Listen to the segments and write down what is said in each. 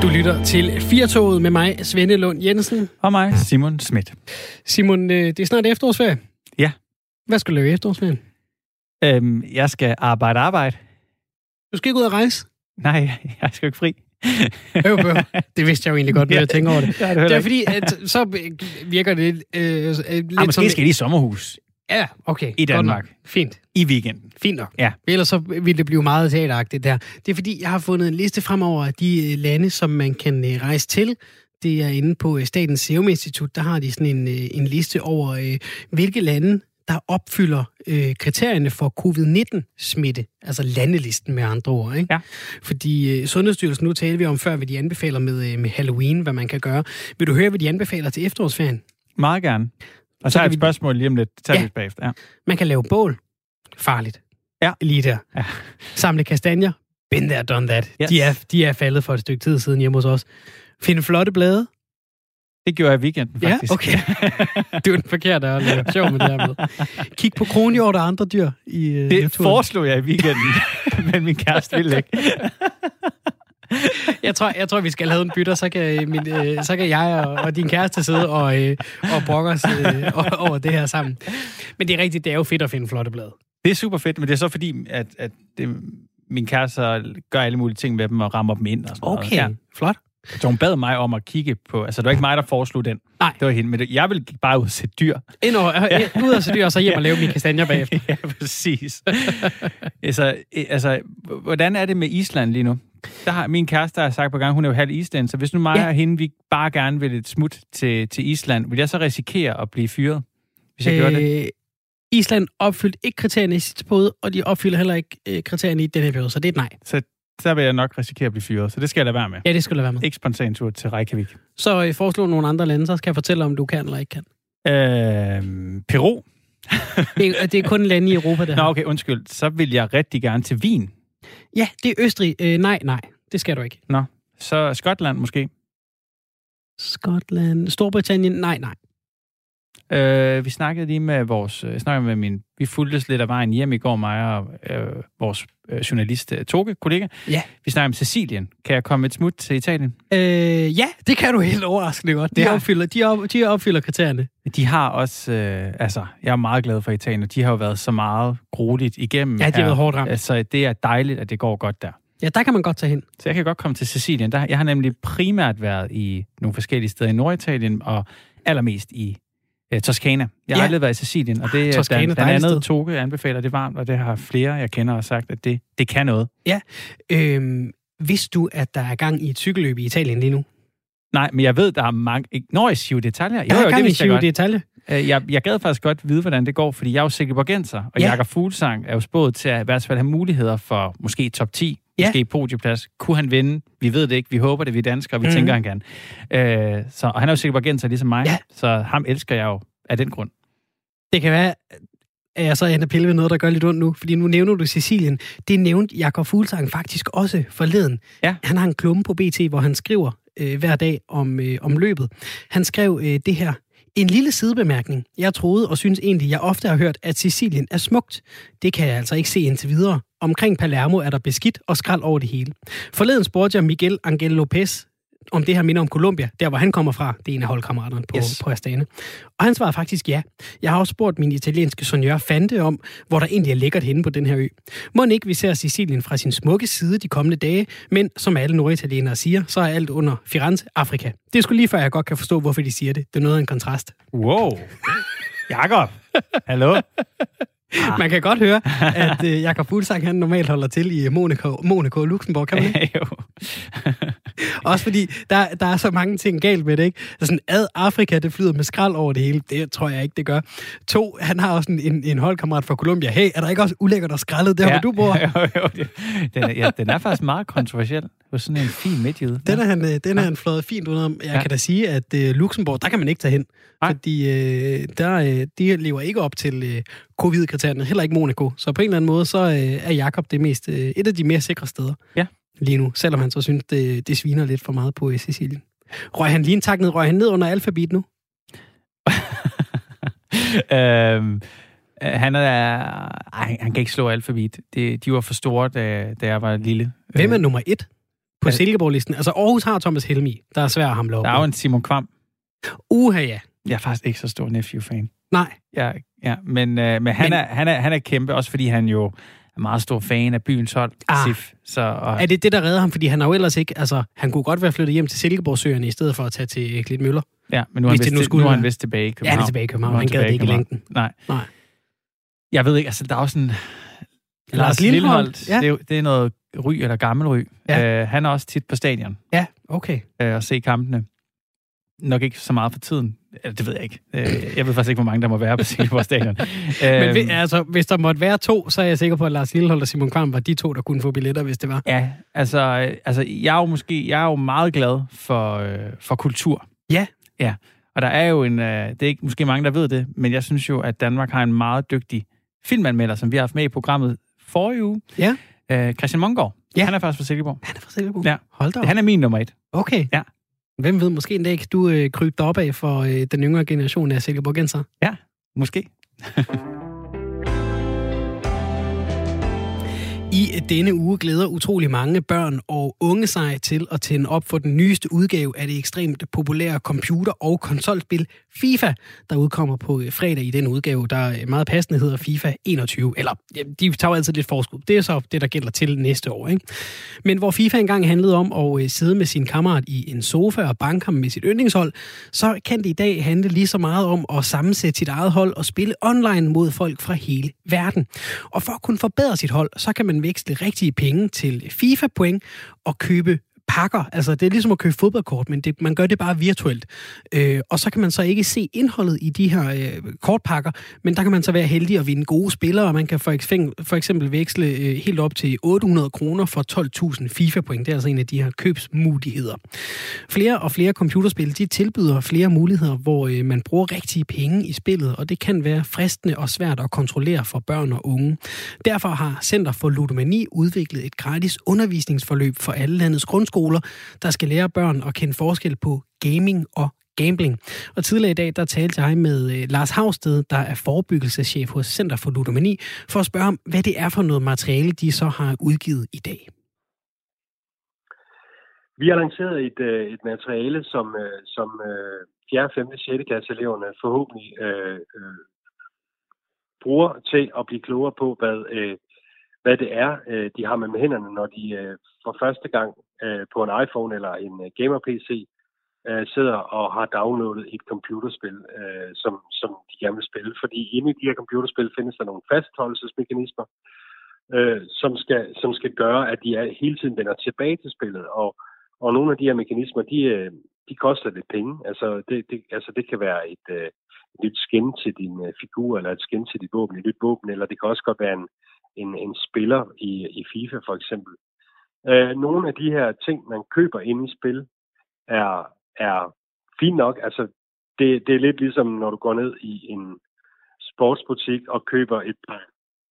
lytter til Firtoget med mig, Svende Lund Jensen. Og mig, Simon Schmidt. Simon, det er snart efterårsferie. Ja. Hvad skal du lave i efterårsferien? Jeg skal arbejde. Du skal ikke ud og rejse? Nej, jeg skal ikke fri. Det vidste jeg jo egentlig godt, når jeg tænker over det. Det er fordi, at så virker det lidt måske som... skal de i sommerhus. Ja, okay. I Danmark. Fint. I weekenden. Fint nok. Ja. Ellers så ville det blive meget teateragtigt der. Det er fordi, jeg har fundet en liste fremover af de lande, som man kan rejse til. Det er inde på Statens Serum Institut. Der har de sådan en liste over, hvilke lande, der opfylder kriterierne for covid-19-smitte. Altså landelisten med andre ord. Ikke? Ja. Fordi Sundhedsstyrelsen, nu talte vi om før, hvad de anbefaler med Halloween, hvad man kan gøre. Vil du høre, hvad de anbefaler til efterårsferien? Meget gerne. Og så har jeg et spørgsmål lige om lidt. Bagefter. Ja. Man kan lave bål. Farligt. Ja. Lige der. Ja. Samle kastanjer. Been there, done that. Yes. De er faldet for et stykke tid siden hjemme hos os. Finde flotte blade. Det gjorde jeg i weekenden, faktisk. Ja, okay. Du er den forkerte at lave sjov med det her med. Kig på kronhjort og andre dyr i det naturen. Foreslog jeg i weekenden, men min kæreste ville ikke. Jeg tror, vi skal have en bytter, så kan jeg og din kæreste sidde og brokke os over det her sammen. Men det er rigtigt, det er jo fedt at finde flotte blade. Det er super fedt, men det er så fordi, at min kæreste gør alle mulige ting med dem og rammer dem ind og sådan noget. Okay, ja. Flot. Så hun bad mig om at kigge på... Altså, det var ikke mig, der foreslog den. Nej. Det var hende. Men jeg ville bare ud og se dyr. Ud og se dyr, og så hjem og lave mine kastanjer bagefter. Ja, præcis. altså, hvordan er det med Island lige nu? Der har min kæreste har sagt på gang, hun er jo halv island, så hvis nu mig og hende, vi bare gerne vil et smut til Island, vil jeg så risikere at blive fyret, hvis jeg gør det? Island opfyldte ikke kriterierne i sidste periode, og de opfylder heller ikke kriterierne i denne periode, så det er et nej. Så vil jeg nok risikere at blive fyret, så det skal jeg lade være med. Ja, det skal du lade være med. Ikke spontan tur til Reykjavik. Så foreslå nogle andre lande, så skal jeg fortælle, om du kan eller ikke kan. Peru. det er kun lande i Europa, det her. Nå, okay, undskyld. Så vil jeg rigtig gerne til Wien. Ja, det er Østrig. Nej, det skal du ikke. Nå, så Skotland måske? Skotland. Storbritannien? Nej. Vi snakkede lige med vi fulgtes lidt af vejen hjem i går, mig og vores journalist Toge, kollega. Ja. Vi snakkede om Sicilien. Kan jeg komme et smut til Italien? Ja, det kan du helt overraskende godt. De opfylder kriterierne. De har også, jeg er meget glad for Italien, og de har jo været så meget grueligt igennem. Ja, de har været hårdt ramt. Altså, det er dejligt, at det går godt der. Ja, der kan man godt tage hen. Så jeg kan godt komme til Sicilien. Jeg har nemlig primært været i nogle forskellige steder i Norditalien, og allermest i Toskana. Jeg har aldrig været i Sicilien, og det er blandt andet Toge anbefaler det varmt, og det har flere, jeg kender, og sagt, at det kan noget. Ja. Vidste du, at der er gang i et cykelløb i Italien lige nu? Nej, men jeg ved, der er mange... Nå, i Giro d'Italia? Der er gang i Giro d'Italia. Jeg gad faktisk godt vide, hvordan det går, fordi jeg er jo Silkeborgenser, og Jakob Fuglsang er jo spået til at i hvert fald have muligheder for måske top 10, måske podieplads. Kunne han vinde? Vi ved det ikke. Vi håber det, vi er danskere, og vi tænker, han kan. Og han er jo Silkeborgenser ligesom mig, så ham elsker jeg jo af den grund. Det kan være, at jeg så ender pille ved noget, der gør lidt ondt nu, fordi nu nævner du Sicilien. Det nævnte Jakob Fuglsang faktisk også forleden. Ja. Han har en klumme på BT, hvor han skriver hver dag om løbet. Han skrev det her. En lille sidebemærkning. Jeg troede og synes egentlig, jeg ofte har hørt, at Sicilien er smukt. Det kan jeg altså ikke se indtil videre. Omkring Palermo er der beskidt og skrald over det hele. Forleden spurgte jeg Miguel Angel Lopez, om det her minder om Colombia, der hvor han kommer fra. Det er en af holdkammeraterne på Astana. Og han svarede faktisk ja. Jeg har også spurgt min italienske sonjør Fante om, hvor der egentlig er lækkert henne på den her ø. Må ikke vi ser Sicilien fra sin smukke side de kommende dage, men som alle norditalienere siger, så er alt under Firenze Afrika. Det er sgu lige før, jeg godt kan forstå, hvorfor de siger det. Det er noget af en kontrast. Wow. Jakob. Hallo. Man kan godt høre, at Jakob Fuglsang, han normalt holder til i Monaco og Luxembourg, kan man ikke? Jo. Også fordi, der er så mange ting galt med det, ikke? Så sådan, Afrika, det flyder med skrald over det hele. Det tror jeg ikke, det gør. 2, han har også en holdkammerat fra Colombia. Hey, er der ikke også ulækkert og skraldet der, hvor du bor? Jo. Den er faktisk meget kontroversiel. Hos sådan en fin midtjyde. Den er han fløjet fint ud om. Jeg kan da sige, at Luxembourg, der kan man ikke tage hen. Nej. Fordi de lever ikke op til covid-kriterierne. Heller ikke Monaco. Så på en eller anden måde, så er Jakob et af de mere sikre steder lige nu. Selvom han så synes, det sviner lidt for meget på Sicilien. Røg han lige en tak ned? Røg han ned under alfabet nu? Han kan ikke slå alfabet. De var for store, da jeg var lille. Hvem er nummer 1? på Silkeborg-listen. Altså Aarhus har Thomas Helmig, der er svær at hamle op. Der er jo en Simon Kvam. Ja. Jeg er faktisk ikke så stor Nephew-fan. Nej. Ja, men han er kæmpe, også fordi han jo er meget stor fan af byens hold, SIF. Er det det, der redder ham? Fordi han har jo ellers ikke... Altså, han kunne godt være flyttet hjem til Silkeborgsøerne i stedet for at tage til Klitmøller. Ja, men nu er han vist tilbage i København. Ja, han er tilbage i København. Han gad det ikke i længden. Nej. Jeg ved ikke, altså der er også en... Lars Lilholt. Ja. Det er noget Ry eller gammel Ry. Ja. Han er også tit på stadion. Ja, okay. Og se kampene. Nok ikke så meget for tiden. Det ved jeg ikke. Jeg ved faktisk ikke, hvor mange der må være på Silkeborg Stadion. Men hvis der måtte være 2, så er jeg sikker på, at Lars Lilholt og Simon Kvam var de 2, der kunne få billetter, hvis det var. Ja, altså jeg er jo meget glad for kultur. Ja. Ja. Og der er jo det er ikke måske mange, der ved det, men jeg synes jo, at Danmark har en meget dygtig filmanmelder, som vi har haft med i programmet forrige uge. Ja. Christian Mongård. Ja. Han er faktisk fra Silkeborg. Han er fra Silkeborg? Ja. Hold da op. Han er min nummer 1. Okay. Ja. Hvem ved, måske en dag kan du krybe dig op af for den yngre generation af Silkeborgenser? Ja, måske. I denne uge glæder utrolig mange børn og unge sig til at tænde op for den nyeste udgave af det ekstremt populære computer- og konsolspil FIFA, der udkommer på fredag i den udgave, der meget passende hedder FIFA 21. Eller, de tager altid lidt forskud. Det er så det, der gælder til næste år, ikke? Men hvor FIFA engang handlede om at sidde med sin kammerat i en sofa og banke ham med sit yndlingshold, så kan det i dag handle lige så meget om at sammensætte sit eget hold og spille online mod folk fra hele verden. Og for at kunne forbedre sit hold, så kan man veksle rigtige penge til FIFA-point og købe pakker. Altså, det er ligesom at købe fodboldkort, men man gør det bare virtuelt. Og så kan man så ikke se indholdet i de her kortpakker, men der kan man så være heldig at vinde gode spillere, og man kan for eksempel veksle helt op til 800 kroner for 12.000 FIFA-point. Det er altså en af de her købsmuligheder. Flere og flere computerspil, de tilbyder flere muligheder, hvor man bruger rigtige penge i spillet, og det kan være fristende og svært at kontrollere for børn og unge. Derfor har Center for Ludomani udviklet et gratis undervisningsforløb for alle landets grundskoler, der skal lære børn at kende forskel på gaming og gambling. Og tidligere i dag, der talte jeg med Lars Havsted, der er forebyggelseschef hos Center for Ludomani, for at spørge om, hvad det er for noget materiale, de så har udgivet i dag. Vi har lanceret et materiale, som 4., 5., 6. klasse eleverne forhåbentlig bruger til at blive klogere på, hvad det er, de har med hænderne, når de for første gang på en iPhone eller en gamer-PC sidder og har downloadet et computerspil, som de gerne vil spille. Fordi inde i de her computerspil findes der nogle fastholdelsesmekanismer, som skal gøre, at de hele tiden vender tilbage til spillet. Og nogle af de her mekanismer, de koster lidt penge. Altså det kan være et nyt skin til din figur, eller et skin til dit våben, et nyt våben, eller det kan også godt være en spiller i FIFA for eksempel. Nogle af de her ting, man køber inde i spil, er fint nok. Altså, det er lidt ligesom, når du går ned i en sportsbutik og køber et par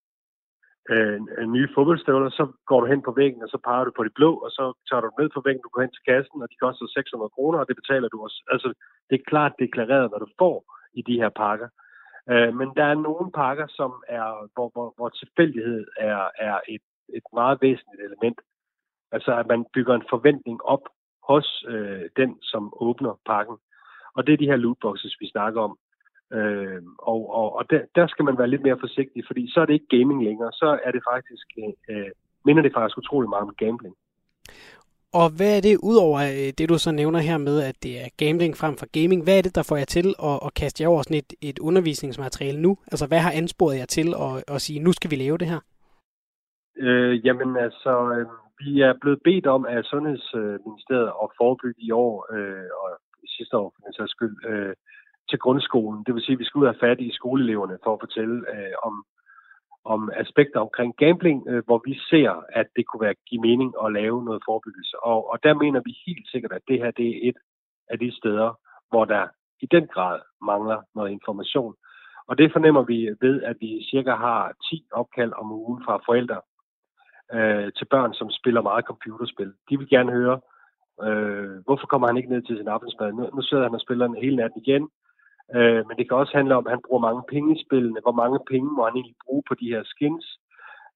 nye fodboldstøvler, så går du hen på væggen, og så peger du på de blå, og så tager du ned på væggen, du går hen til kassen, og de koster 600 kroner, og det betaler du også. Altså, det er klart deklareret, hvad du får i de her pakker. Men der er nogle pakker, som hvor tilfældighed er et meget væsentligt element. Altså, at man bygger en forventning op hos den, som åbner pakken. Og det er de her lootboxes, vi snakker om. Og der skal man være lidt mere forsigtig, fordi så er det ikke gaming længere. Så er det faktisk, minder det faktisk utrolig meget om gambling. Og hvad er det, udover det du så nævner her med, at det er gambling frem for gaming, hvad er det, der får jer til at kaste jer over sådan et undervisningsmateriale nu? Altså, hvad har ansporet jer til at sige, nu skal vi lave det her? Jamen altså, vi er blevet bedt om af Sundhedsministeriet at forebygge i år, og sidste år for den sags skyld, til grundskolen. Det vil sige, at vi skal ud og have fat i skoleeleverne for at fortælle om aspekter omkring gambling, hvor vi ser, at det kunne give mening at lave noget forebyggelse. Og der mener vi helt sikkert, at det her det er et af de steder, hvor der i den grad mangler noget information. Og det fornemmer vi ved, at vi cirka har 10 opkald om ugen fra forældre til børn, som spiller meget computerspil. De vil gerne høre, hvorfor kommer han ikke ned til sin aftensmad? Nu sidder han og spiller hele natten igen. Men det kan også handle om, at han bruger mange penge i spillene. Hvor mange penge må han egentlig bruge på de her skins?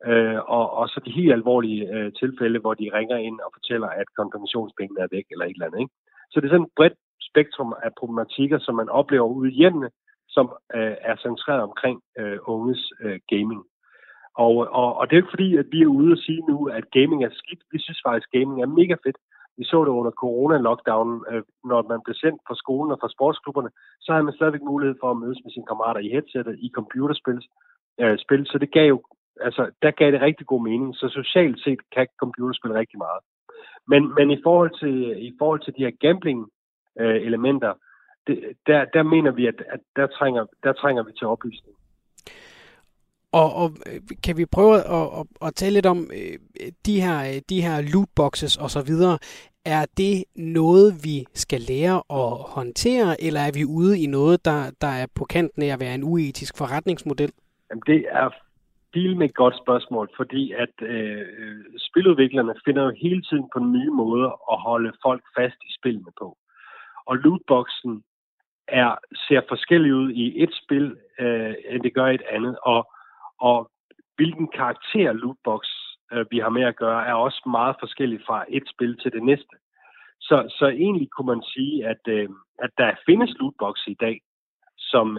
og så de helt alvorlige tilfælde, hvor de ringer ind og fortæller, at konfirmationspengene er væk eller et eller andet. Ikke? Så det er sådan et bredt spektrum af problematikker, som man oplever ude i hjemmene, som er centreret omkring unges gaming. Og det er jo ikke fordi, at vi er ude og sige nu, at gaming er skidt. Vi synes faktisk, at gaming er mega fedt. Vi så det under corona-lockdownen, når man blev sendt fra skolen og fra sportsklubberne, så havde man stadigvæk mulighed for at mødes med sine kammerater i headsettet, i computerspil. Så det gav jo, altså der gav det rigtig god mening. Så socialt set kan computerspil rigtig meget. Men i forhold til de her gambling-elementer, der mener vi, at der trænger vi til oplysning. Og kan vi prøve at tale lidt om de her lootboxes og så videre? Er det noget, vi skal lære at håndtere, eller er vi ude i noget, der er på kanten af at være en uetisk forretningsmodel? Jamen, det er med et godt spørgsmål, fordi at spiludviklerne finder jo hele tiden på nye måder at holde folk fast i spillene på. Og lootboxen ser forskellig ud i et spil, end det gør i et andet. Og hvilken karakter lootbox vi har med at gøre, er også meget forskellig fra et spil til det næste. Så egentlig kunne man sige, at der findes lootbox i dag, som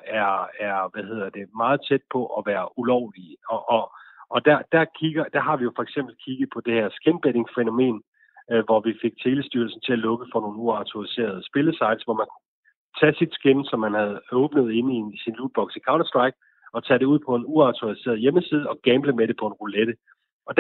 er meget tæt på at være ulovlige. Og der har vi jo for eksempel kigget på det her skinbetting-fænomen, hvor vi fik Telestyrelsen til at lukke for nogle uautoriserede spillesites, hvor man kunne tage sit skin, som man havde åbnet inde i sin lootbox i Counter-Strike, og tage det ud på en uautoriseret hjemmeside og gamble med det på en roulette. Og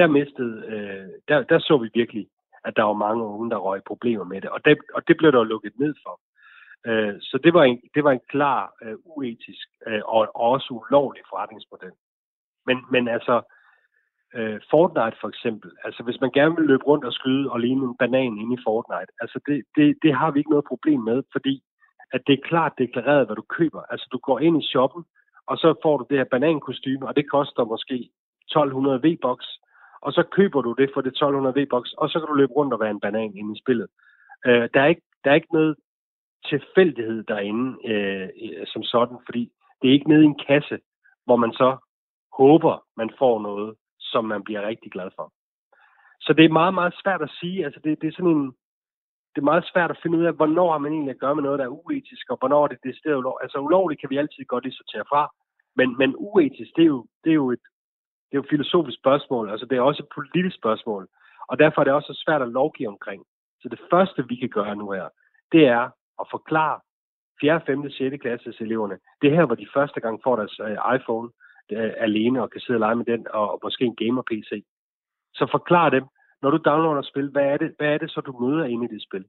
der så vi virkelig, at der var mange unge, der røg problemer med det. Og det blev der lukket ned for. Så det var en klar uetisk og også ulovlig forretningsmodel. Men altså, Fortnite for eksempel, altså hvis man gerne vil løbe rundt og skyde og ligne en banan inde i Fortnite, altså det har vi ikke noget problem med, fordi at det er klart deklareret, hvad du køber. Altså du går ind i shoppen, og så får du det her banankostyme, og det koster måske 1200 V-Bucks, og så køber du det for det 1200 V-Bucks, og så kan du løbe rundt og være en banan inde i spillet. Der er ikke noget tilfældighed derinde som sådan, fordi det er ikke nede i en kasse, hvor man så håber, man får noget, som man bliver rigtig glad for. Så det er meget, meget svært at sige. Altså det er meget svært at finde ud af, hvornår har man egentlig at gøre med noget, der er uetisk, og hvornår er det decideret ulovligt. Altså ulovligt kan vi altid godt lige sortere fra, men uetisk, det er jo et filosofisk spørgsmål, altså det er også et politisk spørgsmål, og derfor er det også svært at lovgive omkring. Så det første, vi kan gøre nu her, det er at forklare 4., 5., 6. klasses eleverne. Det er her, hvor de første gang får deres iPhone alene og kan sidde og lege med den, og måske en gamer-PC. Så forklar dem, når du downloader et spil, hvad er det så, du møder inde i det spil?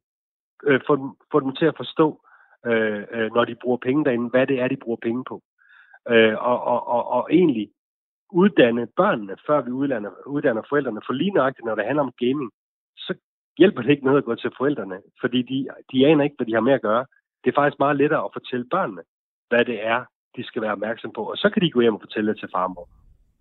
Få dem til at forstå, når de bruger penge derinde, hvad det er, de bruger penge på. Og egentlig uddanne børnene, før vi uddanner forældrene. For lige nøjagtigt, når det handler om gaming, så hjælper det ikke noget at gå til forældrene, fordi de aner ikke, hvad de har med at gøre. Det er faktisk meget lettere at fortælle børnene, hvad det er, de skal være opmærksom på. Og så kan de gå hjem og fortælle det til far og mor.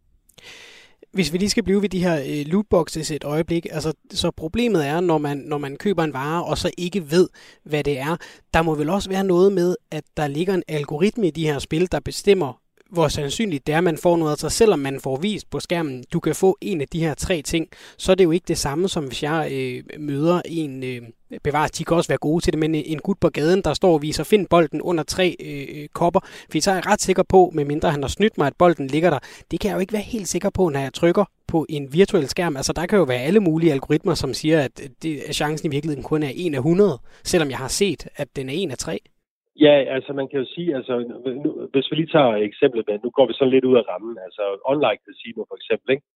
Hvis vi lige skal blive ved de her lootboxes et øjeblik, altså så problemet er, når man køber en vare, og så ikke ved, hvad det er, der må vel også være noget med, at der ligger en algoritme i de her spil, der bestemmer, hvor sandsynligt det er, man får noget. Altså selvom man får vist på skærmen, du kan få en af de her 3 ting, så er det jo ikke det samme, som hvis jeg møder en bevares. De kan også være gode til det, men en gut på gaden, der står og viser, find bolden under 3 kopper. For så er jeg ret sikker på, medmindre han har snydt mig, at bolden ligger der. Det kan jeg jo ikke være helt sikker på, når jeg trykker på en virtuel skærm. Altså der kan jo være alle mulige algoritmer, som siger, at chancen i virkeligheden kun er 1 af 100, selvom jeg har set, at den er 1 af 3. Ja, altså man kan jo sige, altså hvis vi lige tager eksemplet med, nu går vi sådan lidt ud af rammen, altså online casino for eksempel, ikke?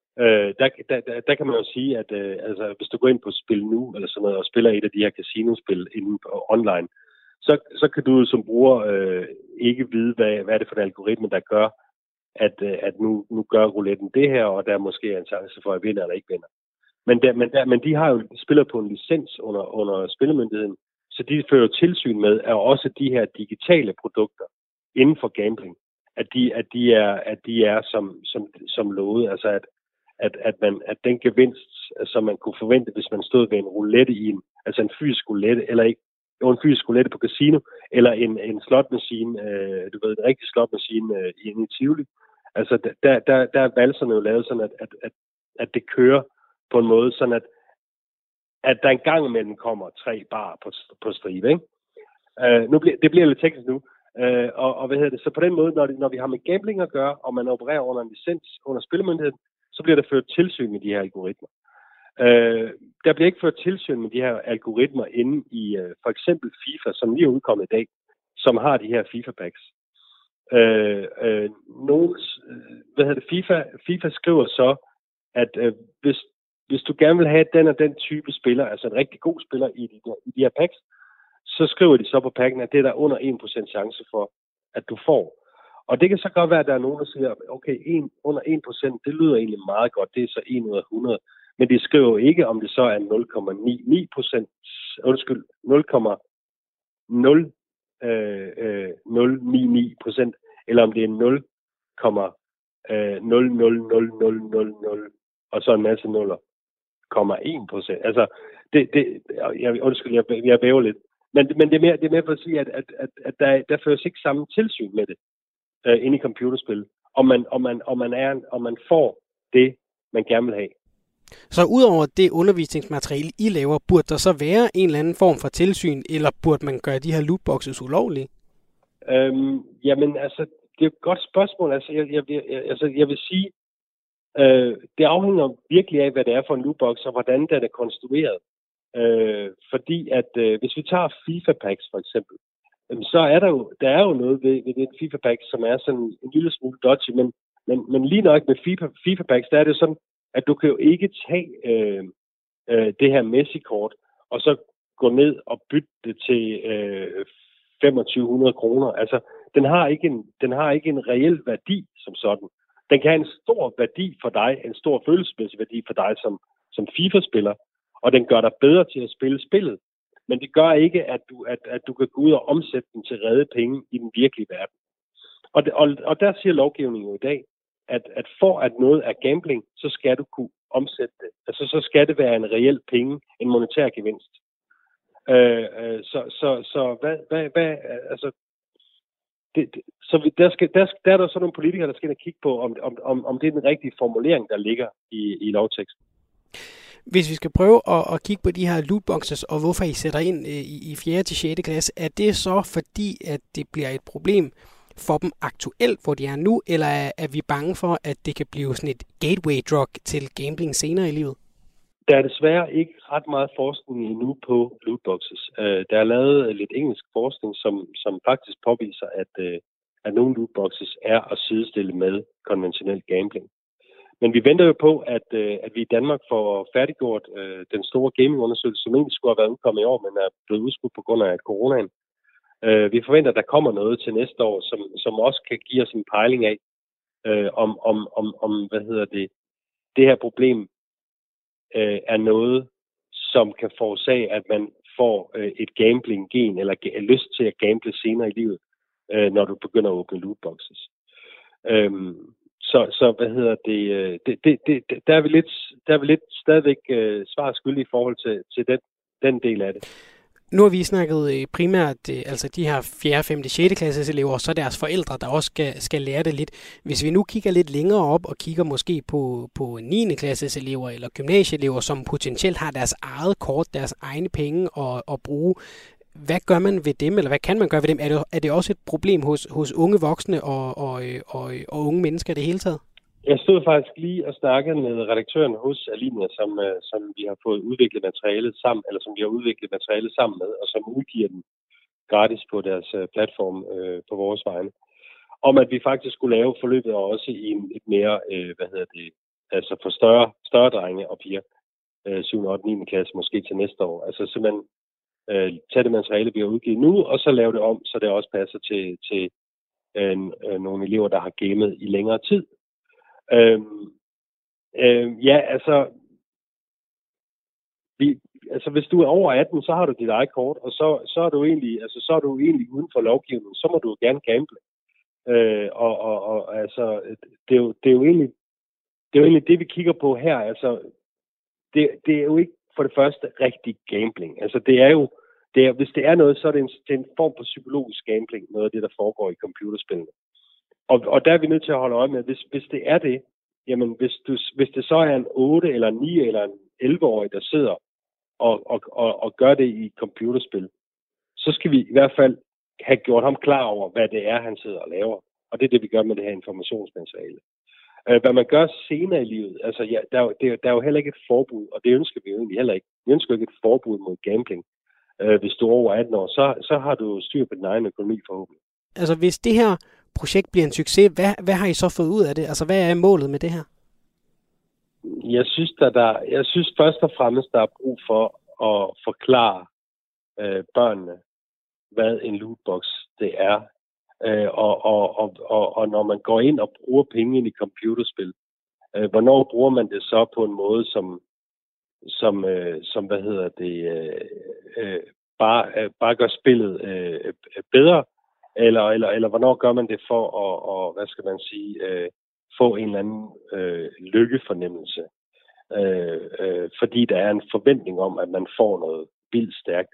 Der kan man jo sige, at altså, hvis du går ind på Spil Nu eller sådan noget og spiller et af de her casinospil inden på online, så kan du som bruger ikke vide, hvad er det for en algoritme, der gør, at nu gør rouletten det her, og der er måske en chance for at vinde eller ikke vinder. Men de har jo spillet på en licens under spillemyndigheden, så de fører tilsyn med, at også de her digitale produkter inden for gambling, at de er som lovet, altså at den gevinst, som man kunne forvente, hvis man stod ved en roulette altså en fysisk roulette, eller ikke, en fysisk roulette på casino, eller en slotmaskine, en rigtig slotmaskine inde i Tivoli, Altså, der er valserne jo lavet sådan, at det kører på en måde, sådan at der en gang imellem kommer 3 barer på stribe, ikke? Det bliver lidt teknisk nu. Og hvad hedder det? Så på den måde, når vi har med gambling at gøre, og man opererer under en licens under spillemyndigheden, så bliver der ført tilsyn med de her algoritmer. Der bliver ikke ført tilsyn med de her algoritmer inde i for eksempel FIFA, som lige er udkommet i dag, som har de her FIFA-packs. FIFA skriver så, at hvis du gerne vil have den og den type spiller, altså en rigtig god spiller i de her packs, så skriver de så på pakken, at det er der under 1% chance for, at du får. Og det kan så godt være, at der er nogen, der siger, okay, under 1%, det lyder egentlig meget godt, det er så 1 ud af 100. Men de skriver jo ikke, om det så er 0,99%, eller om det er 0,00000, og så en masse nuller, 0,1%. Altså, jeg væver lidt. Men det er mere for at sige, at der føres ikke samme tilsyn med det inde i computerspil, om man får det, man gerne vil have. Så udover det undervisningsmateriale, I laver, burde der så være en eller anden form for tilsyn, eller burde man gøre de her lootboxes ulovlige? Jamen, altså, det er et godt spørgsmål. Altså, jeg vil sige, det afhænger virkelig af, hvad det er for en lootbox, og hvordan den er konstrueret. Fordi at hvis vi tager FIFA-packs for eksempel, så er der er jo noget ved den FIFA-pack, som er sådan en lille smule dodgy, men lige nok med FIFA-packs, der er det sådan, at du kan jo ikke tage det her Messi-kort, og så gå ned og bytte det til 2.500 kroner. Altså, den har ikke en reel værdi som sådan. Den kan have en stor værdi for dig, en stor følelsesmæssig værdi for dig som FIFA-spiller, og den gør dig bedre til at spille spillet. Men det gør ikke, at du kan gå ud og omsætte den til redde penge i den virkelige verden. Og der siger lovgivningen jo i dag, at for at noget er gambling, så skal du kunne omsætte det. Altså, så skal det være en reel penge, en monetær gevinst. Der er der så nogle politikere, der skal ind og kigge på, om det er den rigtige formulering, der ligger i lovteksten. Hvis vi skal prøve at kigge på de her lootboxes, og hvorfor I sætter ind i 4. til 6. klasse, er det så fordi, at det bliver et problem for dem aktuelt, hvor de er nu, eller er vi bange for, at det kan blive sådan et gateway drug til gambling senere i livet? Der er desværre ikke ret meget forskning endnu på lootboxes. Der er lavet lidt engelsk forskning, som faktisk påviser, at nogle lootboxes er at sidestille med konventionel gambling. Men vi venter jo på, at vi i Danmark får færdiggjort den store gamingundersøgelse, som egentlig skulle have været udkommet i år, men er blevet udskudt på grund af coronaen. Vi forventer, at der kommer noget til næste år, som også kan give os en pejling af, om det her problem er noget, som kan forårsage, at man får et gambling-gen, eller lyst til at gamble senere i livet, når du begynder at åbne lootboxes. Så der er vi lidt stadigvæk svar skyldige i forhold til den del af det. Nu har vi snakket primært altså de her 4., 5., 6. klasses elever, og så deres forældre, der også skal lære det lidt. Hvis vi nu kigger lidt længere op og kigger måske på 9. klasses elever eller gymnasieelever, som potentielt har deres eget kort, deres egne penge at bruge, hvad gør man ved dem, eller hvad kan man gøre ved dem? Er det også et problem hos unge voksne og unge mennesker i det hele taget? Jeg stod faktisk lige og snakkede med redaktøren hos Alinea, som vi har fået udviklet materialet sammen, eller som vi har udviklet materialet sammen med, og som udgiver den gratis på deres platform på vores vegne. Om at vi faktisk skulle lave forløbet også i et mere, altså for større drenge og piger, 7., 8., 9. klasse, måske til næste år. Altså simpelthen tage det materiale, vi har udgivet nu, og så lave det om, så det også passer til nogle elever, der har gamet i længere tid. Hvis du er over 18, så har du dit eget kort, og så er du egentlig uden for lovgivningen, så må du gerne gamble. Det er jo egentlig det, vi kigger på her. Altså, det er jo ikke for det første rigtig gambling. Altså, hvis det er noget, så er det en form for psykologisk gambling, noget af det, der foregår i computerspillene. Og der er vi nødt til at holde øje med, hvis det er det, jamen hvis det så er en 8 eller 9 eller en 11-årig, der sidder og gør det i computerspil, så skal vi i hvert fald have gjort ham klar over, hvad det er, han sidder og laver. Og det er det, vi gør med det her informationsmateriale. Hvad man gør senere i livet, altså ja, der er jo heller ikke et forbud, og det ønsker vi jo egentlig heller ikke. Vi ønsker ikke et forbud mod gambling. Hvis du er over 18 år, så har du styr på din egen økonomi forhåbentlig. Altså hvis det her projekt bliver en succes, hvad har I så fået ud af det? Altså hvad er målet med det her? Jeg synes først og fremmest, der er brug for at forklare børnene, hvad en lootbox det er. Og når man går ind og bruger penge ind i computerspil, hvornår bruger man det så på en måde, som hvad hedder det, bare gør spillet bedre, eller hvornår gør man det for at hvad skal man sige, få en eller anden lykkefornemmelse, fordi der er en forventning om, at man får noget vildt stærkt.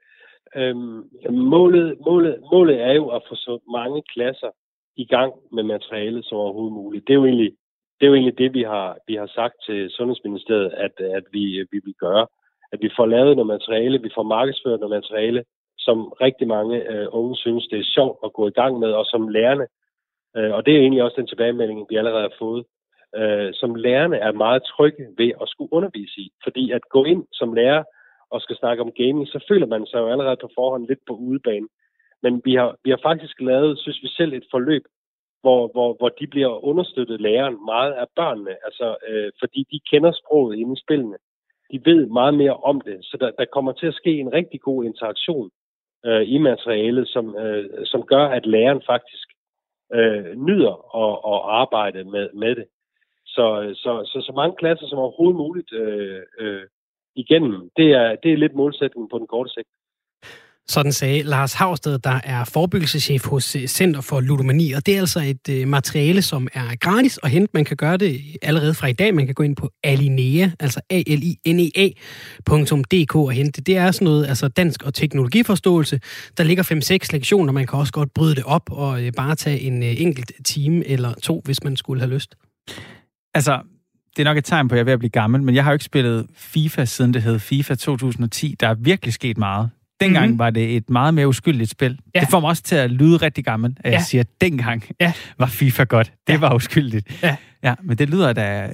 Målet er jo at få så mange klasser i gang med materialet som overhovedet muligt. Det er jo egentlig det, vi har sagt til Sundhedsministeriet, at vi vil gøre. At vi får lavet noget materiale, vi får markedsført noget materiale, som rigtig mange unge synes, det er sjovt at gå i gang med, og som lærerne, og det er egentlig også den tilbagemelding, vi allerede har fået, som lærerne er meget trygge ved at skulle undervise i. Fordi at gå ind som lærer og skal snakke om gaming, så føler man sig jo allerede på forhånd lidt på udebane. Men vi har faktisk lavet, synes vi selv, et forløb, hvor de bliver understøttet læreren meget af børnene, altså fordi de kender sproget inde i spillene. De ved meget mere om det, så der kommer til at ske en rigtig god interaktion i materialet, som gør, at læreren faktisk nyder at arbejde med det. Så mange klasser som overhovedet muligt igennem, det er lidt målsætningen på den korte sigt. Sådan sagde Lars Hausted, der er forebyggelseschef hos Center for Ludomani. Og det er altså et materiale, som er gratis at hente. Man kan gøre det allerede fra i dag. Man kan gå ind på Alinea, altså alinea.dk og hente det. Det er sådan noget, altså dansk og teknologiforståelse. Der ligger 5-6 lektioner. Man kan også godt bryde det op og bare tage en enkelt time eller 2, hvis man skulle have lyst. Altså, det er nok et tegn på, at jeg er ved at blive gammel, men jeg har jo ikke spillet FIFA, siden det hed FIFA 2010. Der er virkelig sket meget. Dengang var det et meget mere uskyldigt spil. Ja. Det får mig også til at lyde rigtig gammel, at jeg siger, at dengang var FIFA godt. Det var uskyldigt. Ja, men det lyder da...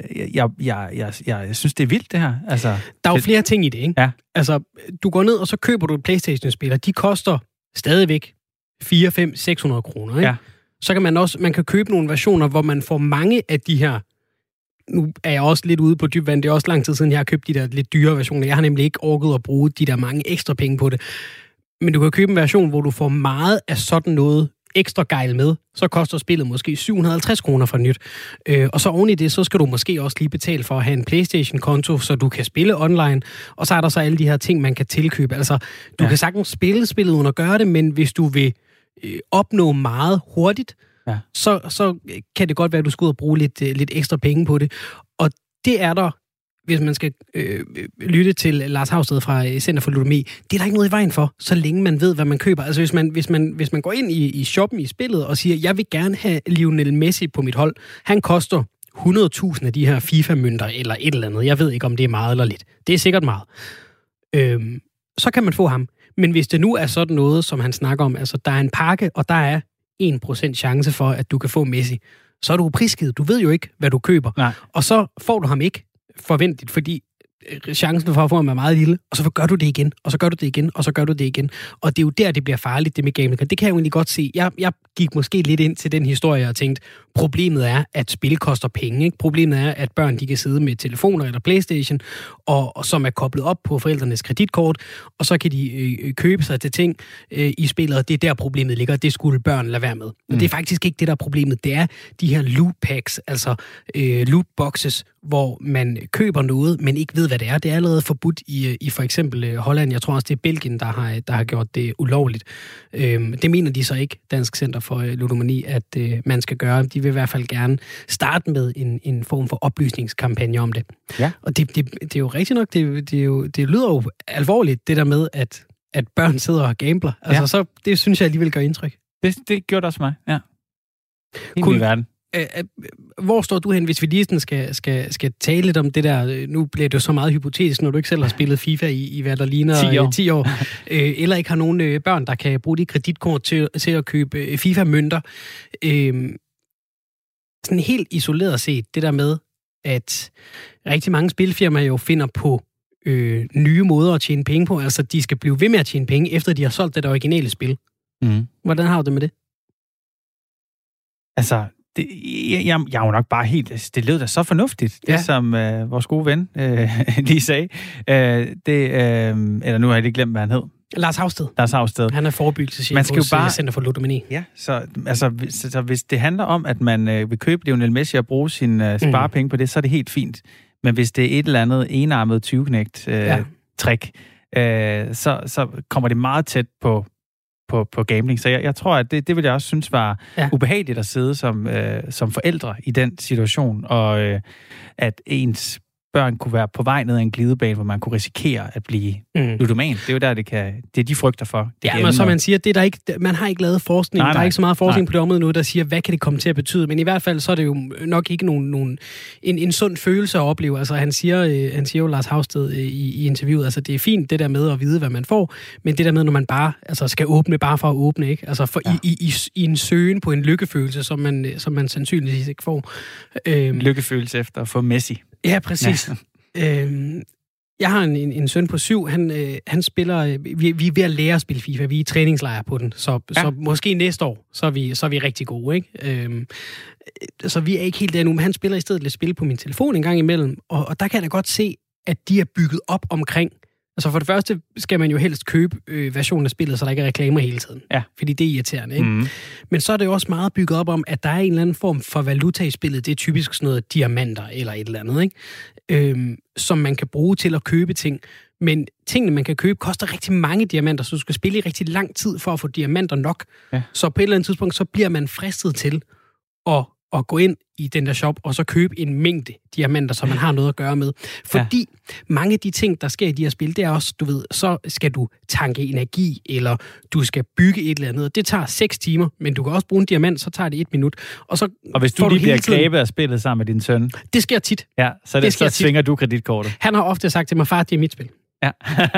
Jeg synes, det er vildt, det her. Altså, der er jo flere ting i det, ikke? Ja. Altså, du går ned, og så køber du et PlayStation-spil, og de koster stadigvæk 400-600 kroner, ikke? Ja. Så kan man kan købe nogle versioner, hvor man får mange af de her... Nu er jeg også lidt ude på dyb vand. Det er også lang tid siden, jeg har købt de der lidt dyre versioner. Jeg har nemlig ikke orket at bruge de der mange ekstra penge på det. Men du kan købe en version, hvor du får meget af sådan noget ekstra gejl med. Så koster spillet måske 750 kroner for nyt. Og så oven i det, så skal du måske også lige betale for at have en PlayStation-konto, så du kan spille online. Og så er der så alle de her ting, man kan tilkøbe. Altså, du kan sagtens spille spillet uden at gøre det, men hvis du vil opnå meget hurtigt, så kan det godt være, at du skal ud og bruge lidt ekstra penge på det. Og det er der, hvis man skal lytte til Lars Hausted fra Center for Ludomani, det er der ikke noget i vejen for, så længe man ved, hvad man køber. Altså hvis man går ind i shoppen i spillet og siger, jeg vil gerne have Lionel Messi på mit hold, han koster 100.000 af de her FIFA-mønter eller et eller andet. Jeg ved ikke, om det er meget eller lidt. Det er sikkert meget. Så kan man få ham. Men hvis det nu er sådan noget, som han snakker om, altså der er en pakke, og der er 1% chance for, at du kan få Messi, så er du prisgivet. Du ved jo ikke, hvad du køber. Nej. Og så får du ham ikke forventeligt, fordi chancen for at få ham er meget lille, og så gør du det igen, og så gør du det igen, og så gør du det igen. Og det er jo der, det bliver farligt, det med gambling. Det kan jeg jo egentlig godt se. Jeg gik måske lidt ind til den historie og tænkte, problemet er, at spil koster penge. Ikke? Problemet er, at børn de kan sidde med telefoner eller PlayStation, og som er koblet op på forældrenes kreditkort, og så kan de købe sig til ting i spillet, og det er der problemet ligger. Det skulle børn lade være med. Og det er faktisk ikke det, der er problemet. Det er de her loot packs, altså loot boxes, hvor man køber noget, men ikke ved, hvad det er. Det er allerede forbudt i for eksempel Holland. Jeg tror også, det er Belgien, der har gjort det ulovligt. Det mener de så ikke, Dansk Center for Ludomani, at man skal gøre. De vil i hvert fald gerne starte med en form for oplysningskampagne om det. Ja. Og det er jo rigtigt nok, det lyder jo alvorligt, det der med, at børn sidder og gambler. Altså, så det synes jeg alligevel gør indtryk. Det gjorde også mig, ja. Ind i verden. hvor står du hen, hvis vi lige sådan skal tale lidt om det der, nu bliver det jo så meget hypotetisk, når du ikke selv har spillet FIFA i hvad der ligner 10 år, eller ikke har nogen børn, der kan bruge de kreditkort til at købe FIFA-mønter. Sådan helt isoleret set, det der med, at rigtig mange spilfirmaer jo finder på nye måder at tjene penge på, altså de skal blive ved med at tjene penge, efter de har solgt det originale spil. Hvordan har du det med det? Altså, jeg er jo nok bare helt... Altså, det lød da så fornuftigt, det som vores gode ven lige sagde. Eller nu har jeg lige glemt, hvad han hed. Lars Hausted. Han er forebyggelseschef hos Center for Ludomani. Ja, så hvis det handler om, at man vil købe Lionel Messi og bruge sine sparepenge på det, så er det helt fint. Men hvis det er et eller andet enarmet 20-knægt-trick, så kommer det meget tæt på gambling. Så jeg tror, at det vil jeg også synes var ubehageligt at sidde som forældre i den situation, og at ens børn kunne være på vej ned ad en glidebane, hvor man kunne risikere at blive ludoman. Det er jo der, det er de frygter for. Men som man siger, det er der ikke, man har ikke lavet forskning. Der er ikke så meget forskning på det område nu, der siger, hvad kan det komme til at betyde? Men i hvert fald, så er det jo nok ikke en sund følelse at opleve. Altså, han siger jo, Lars Hausted i interviewet, altså det er fint, det der med at vide, hvad man får, men det der med, når man bare skal åbne, bare for at åbne, ikke? Altså i en søgen på en lykkefølelse, som man sandsynligvis ikke får. Lykkefølelse efter at få Messi. Ja, præcis. Ja. Jeg har en søn på 7. Han spiller... Vi er ved at lære at spille FIFA. Vi er i træningslejr på den. Så måske næste år, så er vi rigtig gode, ikke? Så vi er ikke helt der nu, men han spiller i stedet lidt spil på min telefon en gang imellem. Og der kan jeg da godt se, at de er bygget op omkring... Altså for det første skal man jo helst købe versionen af spillet, så der ikke er reklamer hele tiden. Ja. Fordi det er irriterende, ikke? Men så er det jo også meget bygget op om, at der er en eller anden form for valuta i spillet. Det er typisk sådan noget diamanter eller et eller andet, ikke? Som man kan bruge til at købe ting. Men tingene, man kan købe, koster rigtig mange diamanter, så du skal spille i rigtig lang tid for at få diamanter nok. Ja. Så på et eller andet tidspunkt, så bliver man fristet til at gå ind i den der shop, og så købe en mængde diamanter, som man har noget at gøre med. Fordi mange af de ting, der sker i de her spil, det er også, du ved, så skal du tanke energi, eller du skal bygge et eller andet. Det tager 6 timer, men du kan også bruge en diamant, så tager det 1 minut. Og hvis du lige bliver grebet af spillet sammen med din søn? Det sker tit. Ja, så svinger du kreditkortet. Han har ofte sagt til mig, far, det er mit spil. Ja.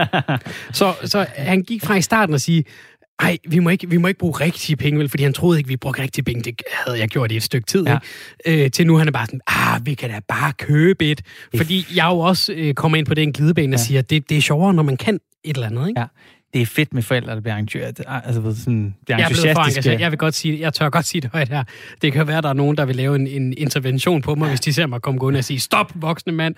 så han gik fra i starten og sige, ej, vi må ikke bruge rigtige penge, vel, fordi han troede ikke, vi brugte rigtige penge. Det havde jeg gjort i et stykke tid, ikke? Til nu han er bare sådan, vi kan da bare købe et. Fordi jeg jo også kommer ind på den glidebane og siger, det er sjovere, når man kan et eller andet, ikke? Ja. Det er fedt med forældre, der bliver entusiastiske. Jeg vil godt sige, jeg tør godt sige det højt her. Det kan være, der er nogen, der vil lave en intervention på mig, hvis de ser mig komme gående og sige, stop, voksne mand.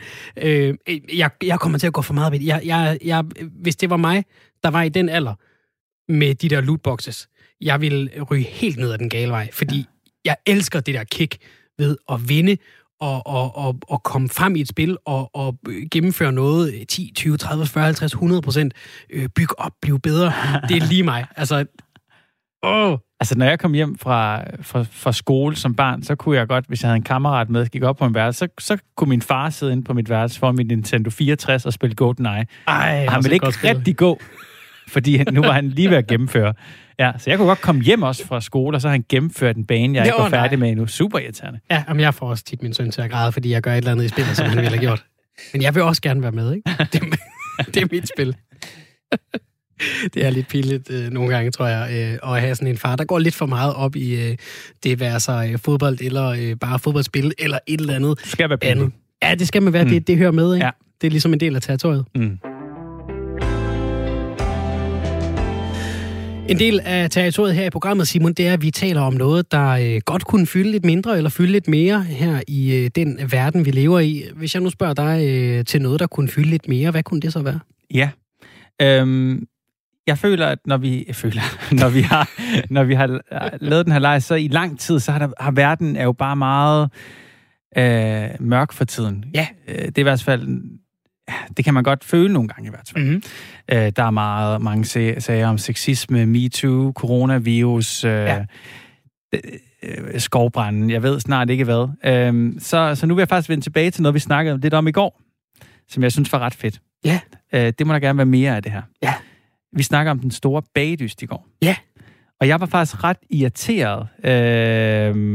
Jeg kommer til at gå for meget ved det. Hvis det var mig, der var i den alder, med de der lootboxes, jeg vil ryge helt ned ad den gale vej, fordi jeg elsker det der kick ved at vinde og komme frem i et spil og gennemføre noget 10, 20, 30, 40, 50, 100%, bygge op, blive bedre. Det er lige mig. Altså, når jeg kom hjem fra skole som barn, så kunne jeg godt, hvis jeg havde en kammerat med, gik op på en værelse, så kunne min far sidde inde på mit værelse foran min Nintendo 64 og spille GoldenEye. Han ville ikke rigtig gå, fordi nu var han lige ved at gennemføre. Ja, så jeg kunne godt komme hjem også fra skole, og så har han gennemført en bane, jeg ikke var færdig med endnu. Super irriterende. Ja, men jeg får også tit min søn til at græde, fordi jeg gør et eller andet i spillet, som han ville have gjort. Men jeg vil også gerne være med, ikke? Det er mit spil. Det er lidt pinligt nogle gange, tror jeg, at have sådan en far, der går lidt for meget op i det være sig fodbold, eller bare fodboldspil, eller et eller andet. Det skal være pinligt. Ja, det skal man være. Det hører med, ikke? Ja. Det er ligesom en del af territoriet. En del af territoriet her i programmet, Simon, det er, at vi taler om noget, der godt kunne fylde lidt mindre eller fylde lidt mere her i den verden, vi lever i. Hvis jeg nu spørger dig til noget, der kunne fylde lidt mere, hvad kunne det så være? Ja. Jeg føler, at når vi har lavet den her leg, så i lang tid, så har verden er jo bare meget mørk for tiden. Ja. Det er i hvert fald... Det kan man godt føle nogle gange i hvert fald. Mm-hmm. Der er mange sager om sexisme, MeToo, coronavirus, skovbranden, jeg ved snart ikke hvad. Så nu vil jeg faktisk vende tilbage til noget, vi snakkede lidt om i går, som jeg synes var ret fedt. Ja. Det må der gerne være mere af det her. Ja. Vi snakker om den store bagdyst i går. Ja. Og jeg var faktisk ret irriteret.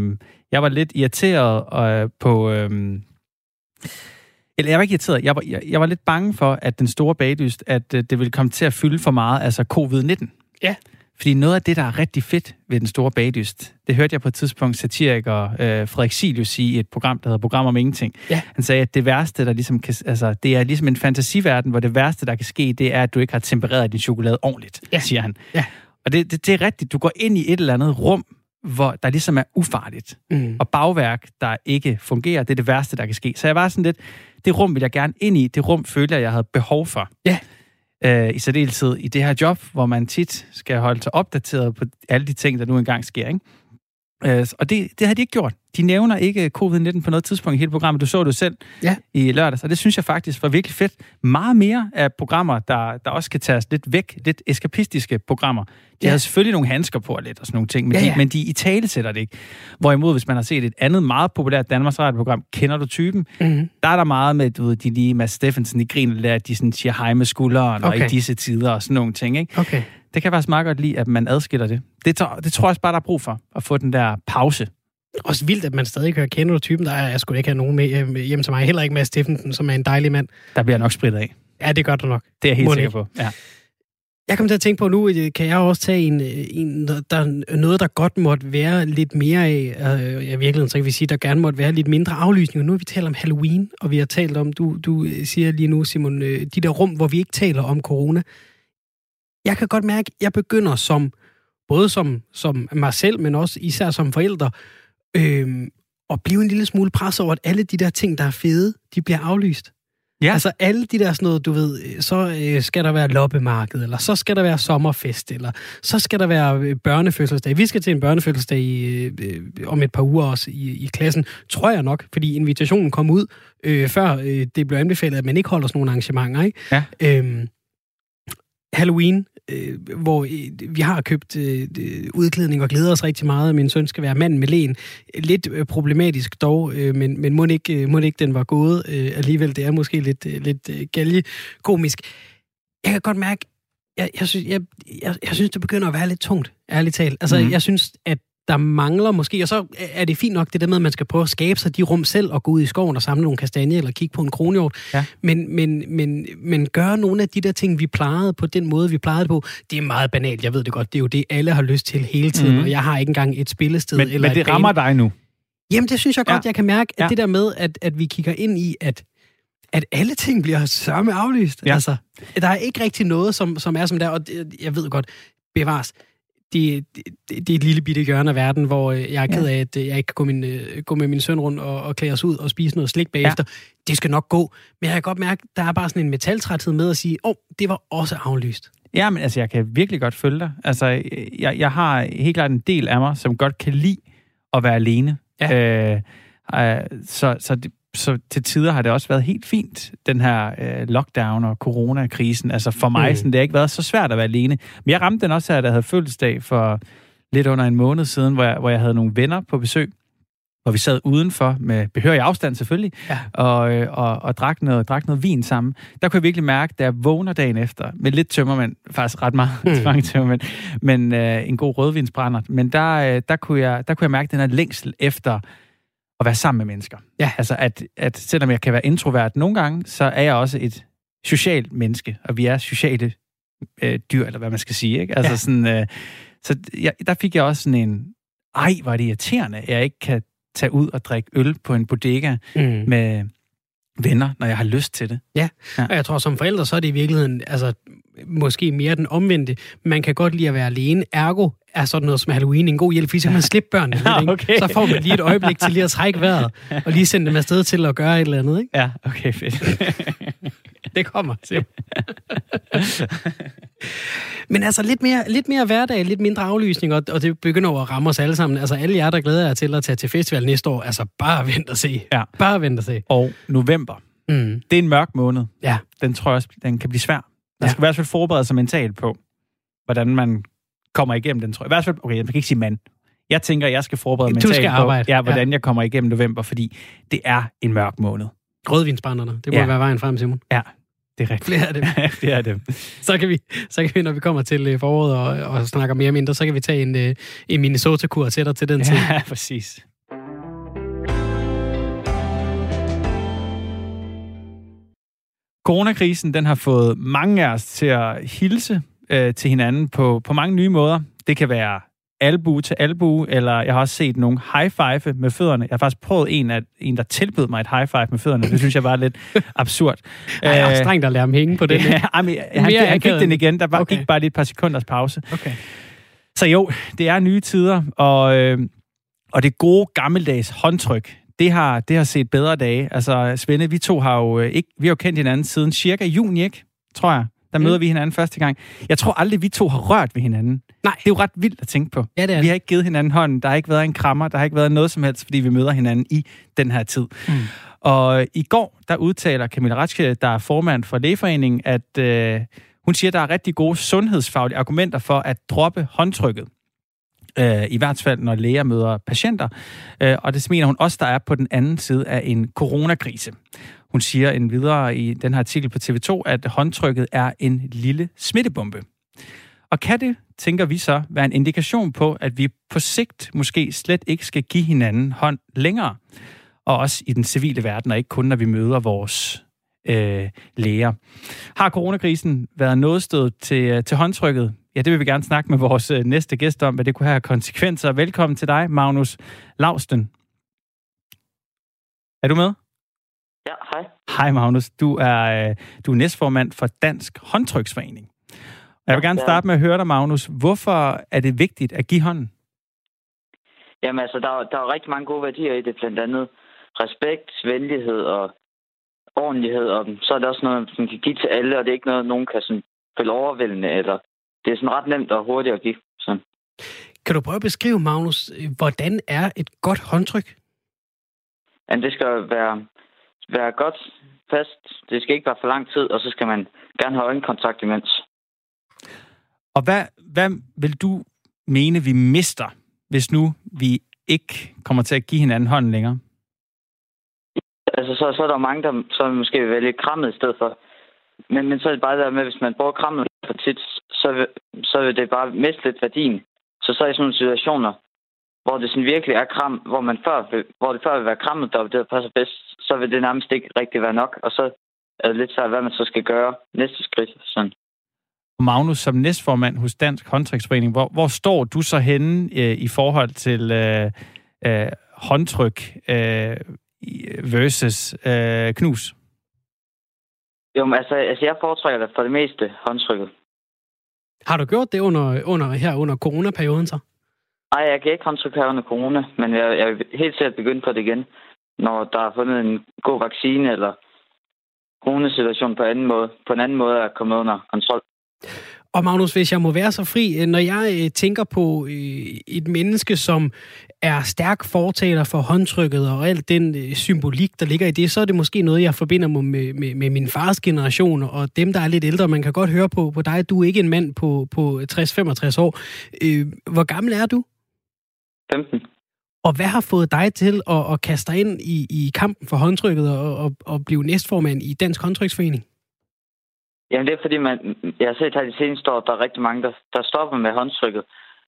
Jeg var lidt irriteret på... Eller jeg var ikke irriteret. Jeg var lidt bange for, at den store bagdyst, at det ville komme til at fylde for meget, altså covid-19. Ja. Fordi noget af det, der er rigtig fedt ved den store bagdyst, det hørte jeg på et tidspunkt satiriker Frederik Silius sige i et program, der hedder Program om Ingenting. Ja. Han sagde, at det værste, der ligesom kan... Altså, det er ligesom en fantasiverden, hvor det værste, der kan ske, det er, at du ikke har tempereret din chokolade ordentligt, siger han. Ja. Og det er rigtigt. Du går ind i et eller andet rum, hvor der ligesom er ufarligt. Og bagværk, der ikke fungerer, det er det værste, der kan ske. Så jeg var sådan lidt... Det rum vil jeg gerne ind i. Det rum følte jeg havde behov for. Ja. I særdeleshed i det her job, hvor man tit skal holde sig opdateret på alle de ting, der nu engang sker, ikke? Og det har de ikke gjort. De nævner ikke covid-19 på noget tidspunkt i hele programmet. Du så det selv i lørdags, og det synes jeg faktisk var virkelig fedt. Meget mere af programmer, der også kan tages lidt væk. Lidt eskapistiske programmer. De havde selvfølgelig nogle handsker på lidt og sådan nogle ting, men de i tale sætter det ikke. Hvorimod, hvis man har set et andet meget populært Danmarks Radio-program, Kender du typen? Der er der meget med, du ved, de lige Mads Steffensen i grinen, der de sådan siger hej med skulderen og i disse tider og sådan nogle ting, ikke? Okay. Det kan faktisk meget godt lide, at man adskiller det. Det tror jeg også bare, der er brug for, at få den der pause. Også vildt, at man stadig kan kende du typen. Der er jeg skulle ikke have nogen med hjem til mig. Heller ikke med Steffensen, som er en dejlig mand. Der bliver nok spritet af. Ja, det gør du nok. Det er jeg helt sikker på. Ja. Jeg kommer til at tænke på, nu kan jeg også tage noget, der godt måtte være lidt mere af. I virkeligheden, så kan vi sige, der gerne måtte være lidt mindre aflysning. Nu har vi talt om Halloween, og vi har talt om, du siger lige nu, Simon, de der rum, hvor vi ikke taler om corona. Jeg kan godt mærke, at jeg begynder både som mig selv, men også især som forælder, at blive en lille smule presset over, at alle de der ting, der er fede, de bliver aflyst. Ja. Altså alle de der sådan noget, du ved, så skal der være loppemarked, eller så skal der være sommerfest, eller så skal der være børnefødselsdag. Vi skal til en børnefødselsdag om et par uger også i klassen, tror jeg nok, fordi invitationen kom ud, før det blev anbefalet, at man ikke holder sådan nogle arrangementer, ikke? Ja. Halloween, hvor vi har købt udklædning og glæder os rigtig meget. Min søn skal være mand med len. Lidt problematisk dog, men må ikke den var gået alligevel. Det er måske lidt galgekomisk. Jeg kan godt mærke, jeg synes, det begynder at være lidt tungt, ærligt talt. Altså, jeg synes, at der mangler måske, og så er det fint nok det der med, at man skal prøve at skabe sig de rum selv og gå ud i skoven og samle nogle kastanjer eller kigge på en kronhjort. Ja. Men gøre nogle af de der ting, vi plejede på den måde, vi plejede på, det er meget banalt. Jeg ved det godt, det er jo det, alle har lyst til hele tiden, og jeg har ikke engang et spillested. Men det rammer dig nu? Jamen, det synes jeg godt, jeg kan mærke, at det der med, at vi kigger ind i, at alle ting bliver samme aflyst. Ja. Altså, der er ikke rigtig noget, som er som der, og jeg ved godt, bevares. Det er et lille bitte hjørne af verden, hvor jeg er ked af, at jeg ikke kan gå med min søn rundt og klæde os ud og spise noget slik bagefter. Ja. Det skal nok gå. Men jeg kan godt mærke, at der er bare sådan en metaltræthed med at sige, det var også aflyst. Ja, men altså, jeg kan virkelig godt følge dig. Altså, jeg har helt klart en del af mig, som godt kan lide at være alene. Ja. Så til tider har det også været helt fint, den her lockdown og coronakrisen. Altså for mig, sådan, det har ikke været så svært at være alene. Men jeg ramte den også her, der havde fødselsdag for lidt under en måned siden, hvor jeg havde nogle venner på besøg, hvor vi sad udenfor med behørig afstand selvfølgelig, og drak noget vin sammen. Der kunne jeg virkelig mærke, da jeg vågner dagen efter, med lidt tømmermænd, faktisk ret mange tømmermænd, men en god rødvinsbrænder. Men der kunne jeg mærke den her længsel efter at være sammen med mennesker. Ja. Altså, at selvom jeg kan være introvert nogle gange, så er jeg også et socialt menneske, og vi er sociale dyr, eller hvad man skal sige, ikke? Altså sådan, der fik jeg også sådan en, hvor er det irriterende, at jeg ikke kan tage ud og drikke øl på en bodega med venner, når jeg har lyst til det. Ja, og jeg tror, som forældre, så er det i virkeligheden, altså, måske mere den omvendte. Man kan godt lide at være alene. Ergo er sådan noget som Halloween en god hjælp, fordi så kan man slippe børnene lidt, okay. Så får man lige et øjeblik til lige at trække vejret, og lige sende dem afsted til at gøre et eller andet, ikke? Ja, okay, fedt. Det kommer, Sim. Men altså lidt mere hverdag, lidt mindre aflysning, og det begynder over at ramme os alle sammen. Altså alle jer, der glæder jer til at tage til festival næste år, altså bare vent og se. Ja. Bare vent og se. Og november, det er en mørk måned. Ja. Den tror jeg også, den kan blive svær. Man skal i hvert fald forberede sig mentalt på, hvordan man kommer igennem den, tror jeg. I hvert fald, okay, jeg kan ikke sige mand. Jeg tænker, jeg skal forberede mentalt på, hvordan jeg kommer igennem november, fordi det er en mørk måned. Rødvinsbrænderne, det må være vejen frem, Simon. Ja, det er rigtigt. Flere af dem. Flere af dem. Så kan vi, når vi kommer til foråret og snakker mere og mindre, så kan vi tage en Minnesota-kur og sætte til den tid. Ja, præcis. Coronakrisen, den har fået mange af os til at hilse til hinanden på mange nye måder. Det kan være albue til albue, eller jeg har også set nogle high-five med fødderne. Jeg har faktisk prøvet en der tilbød mig et high-five med fødderne. Det synes jeg var lidt absurd. Jeg er strengt at lade ham hænge på det. Han fik den igen. Der gik bare lige et par sekunders pause. Okay. Så jo, det er nye tider, og det gode gammeldags håndtryk, det har set bedre dage. Altså, Svende, vi to har jo kendt hinanden siden cirka juni, ikke? Tror jeg. Der møder vi hinanden første gang. Jeg tror aldrig, vi to har rørt ved hinanden. Nej. Det er jo ret vildt at tænke på. Ja, det er vi har ikke givet hinanden hånden. Der har ikke været en krammer. Der har ikke været noget som helst, fordi vi møder hinanden i den her tid. Og i går, der udtaler Camilla Ratzke, der er formand for Lægeforeningen, at hun siger, at der er rigtig gode sundhedsfaglige argumenter for at droppe håndtrykket. I hvert fald, når læger møder patienter. Og det mener hun også, der er på den anden side af en coronakrise. Hun siger endvidere i den her artikel på TV2, at håndtrykket er en lille smittebombe. Og kan det, tænker vi så, være en indikation på, at vi på sigt måske slet ikke skal give hinanden hånd længere? Og også i den civile verden, og ikke kun, når vi møder vores læger. Har coronakrisen været nådestød til håndtrykket? Ja, det vil vi gerne snakke med vores næste gæst om, hvad det kunne have konsekvenser. Velkommen til dig, Magnus Lausten. Er du med? Ja, hej. Hej, Magnus. Du er næstformand for Dansk Håndtryksforening. Jeg vil gerne starte med at høre dig, Magnus. Hvorfor er det vigtigt at give hånden? Jamen altså, der er rigtig mange gode værdier i det, blandt andet respekt, venlighed og ordentlighed. Og så er det også noget, man kan give til alle, og det er ikke noget, nogen kan sådan føle overvældende, eller det er sådan ret nemt og hurtigt at give. Sådan. Kan du prøve at beskrive, Magnus, hvordan er et godt håndtryk? Jamen, det skal være godt fast. Det skal ikke være for lang tid, og så skal man gerne have øjenkontakt imens. Og hvad vil du mene, vi mister, hvis nu vi ikke kommer til at give hinanden hånden længere? Altså, så er der mange, der så måske vil vælge krammet i stedet for. Men så er det bare der med, hvis man bruger krammet for tit, så vil det bare miste lidt værdien. Så er i sådan nogle situationer, hvor det sådan virkelig er kram, hvor det før vil være krammet, der passer bedst, så vil det nærmest ikke rigtig være nok. Og så er det lidt svært, hvad man så skal gøre næste skridt. Sådan. Magnus, som næstformand hos Dansk Håndtryksforening, hvor står du så henne i forhold til håndtryk versus knus? Jo, men altså jeg foretrækker det for det meste håndtrykket. Har du gjort det under coronaperioden så? Nej, jeg kan ikke håndtryk her under corona, men jeg vil helt sikkert begynde på det igen, når der er fundet en god vaccine eller coronasituation på en anden måde er kommet under kontrol. Og Magnus, hvis jeg må være så fri, når jeg tænker på et menneske, som er stærk fortaler for håndtrykket og alt den symbolik, der ligger i det, så er det måske noget, jeg forbinder med min fars generation og dem, der er lidt ældre. Man kan godt høre på dig, du er ikke en mand på 60-65 år. Hvor gammel er du? 15. Og hvad har fået dig til at kaste dig ind i kampen for håndtrykket og blive næstformand i Dansk Håndtryksforening? Jamen det er fordi, jeg har set her de seneste år, der er rigtig mange, der stopper med håndtrykket.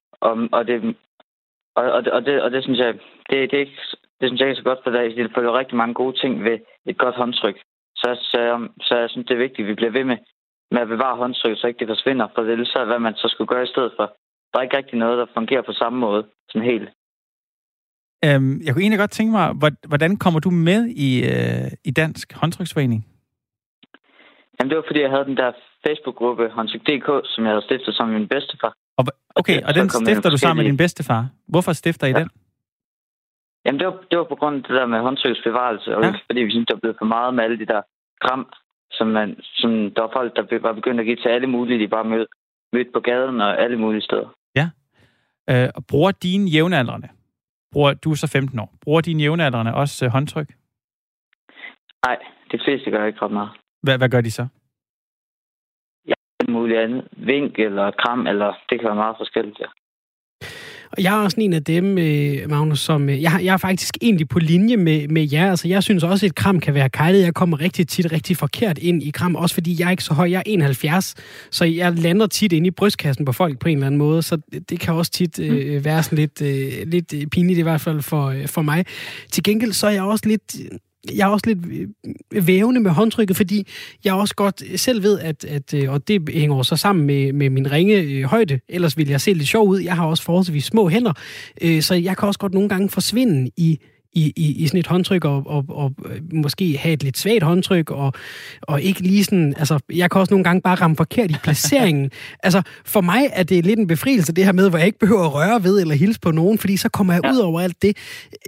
Og det synes jeg, det synes jeg ikke er så godt for dig. Det følger rigtig mange gode ting ved et godt håndtryk. Så jeg synes, det er vigtigt, at vi bliver ved med at bevare håndtrykket, så ikke det forsvinder. For det er så, hvad man så skulle gøre i stedet for. Der er ikke rigtig noget, der fungerer på samme måde. Sådan helt. Jeg kunne egentlig godt tænke mig, hvordan kommer du med i Dansk Håndtryksforening? Jamen, det var, fordi jeg havde den der Facebook-gruppe, Håndtryk.dk, som jeg havde stiftet sammen med min bedstefar. Og den stifter du sammen med din bedstefar. Hvorfor stifter I den? Jamen, det var på grund af det der med håndtrykkets bevarelse, og ikke fordi vi synes, der blev for meget med alle de der kram, som der var folk, der var begyndt at give til alle mulige, de bare mødte på gaden og alle mulige steder. Ja. Og bruger dine jævnaldrende, du er så 15 år, bruger dine jævnaldrende også håndtryk? Nej, de fleste gør ikke ret meget. Hvad gør de så? Ja, alt muligt andet. Vink eller kram, eller det kan være meget forskelligt, ja. Og jeg er også en af dem, Magnus, som... Jeg er faktisk egentlig på linje med jer. Altså, jeg synes også, at et kram kan være kejlet. Jeg kommer rigtig forkert ind i kram, også fordi jeg er ikke så høj. Jeg er 71, så jeg lander tit inde i brystkassen på folk på en eller anden måde, så det kan også tit være sådan lidt pinligt, i hvert fald for mig. Til gengæld så er jeg også lidt... jeg er også lidt vævende med håndtrykket, fordi jeg også godt selv ved, at og det hænger så sammen med min ringe højde, ellers vil jeg se lidt sjov ud. Jeg har også forholdsvis små hænder, så jeg kan også godt nogle gange forsvinde i sådan et håndtryk, og måske have et lidt svagt håndtryk, og ikke lige sådan, altså, jeg kan også nogle gange bare ramme forkert i placeringen. Altså, for mig er det lidt en befrielse, det her med, hvor jeg ikke behøver at røre ved eller hilse på nogen, fordi så kommer jeg ud over alt det.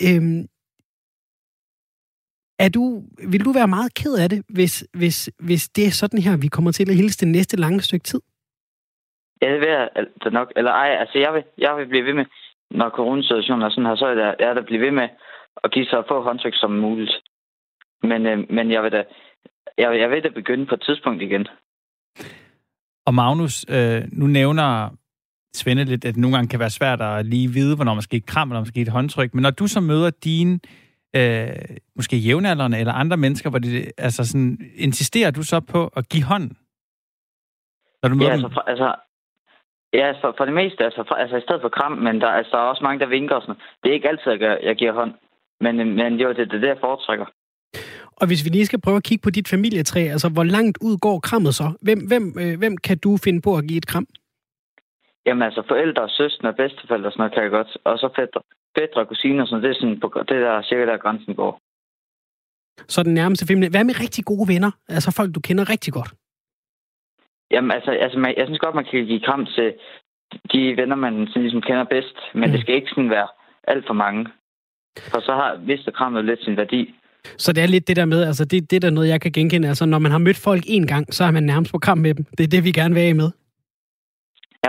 Vil du være meget ked af det, hvis det er sådan her, vi kommer til at hilse det næste lange stykke tid? Ja, det vil jeg altså nok. Eller ej, altså jeg vil blive ved med, når coronasituationen er sådan her, så er jeg der blive ved med at give så få håndtryk som muligt. Men jeg vil da begynde på et tidspunkt igen. Og Magnus, nu nævner Svende lidt, at det nogle gange kan være svært at lige vide, hvornår man skal give et kram, eller man skal give et håndtryk. Men når du så møder dine måske jævnaldrende eller andre mennesker, hvor det, altså sådan, insisterer du så på at give hånden? Når du møder dem? For det meste, altså i stedet for kram, men der er også mange, der vinker og sådan. Det er ikke altid, at jeg giver hånd. Men jo, det er det, jeg foretrækker. Og hvis vi lige skal prøve at kigge på dit familietræ, altså hvor langt ud går krammet så? Hvem kan du finde på at give et kram? Jamen altså forældre, søstre og bedsteforældre, sådan noget kan jeg godt. Og så fætre og kusiner, sådan, det er sådan, det der cirka der grænsen går. Så den nærmeste familie. Hvad med rigtig gode venner? Altså folk, du kender rigtig godt? Jamen altså jeg synes godt, man kan give kram til de venner, man sådan, ligesom kender bedst. Men det skal ikke sådan være alt for mange. For så har mister krammet lidt sin værdi. Så det er lidt det der med, altså det er der noget, jeg kan genkende. Altså når man har mødt folk en gang, så er man nærmest på kram med dem. Det er det, vi gerne vil af med. Ja.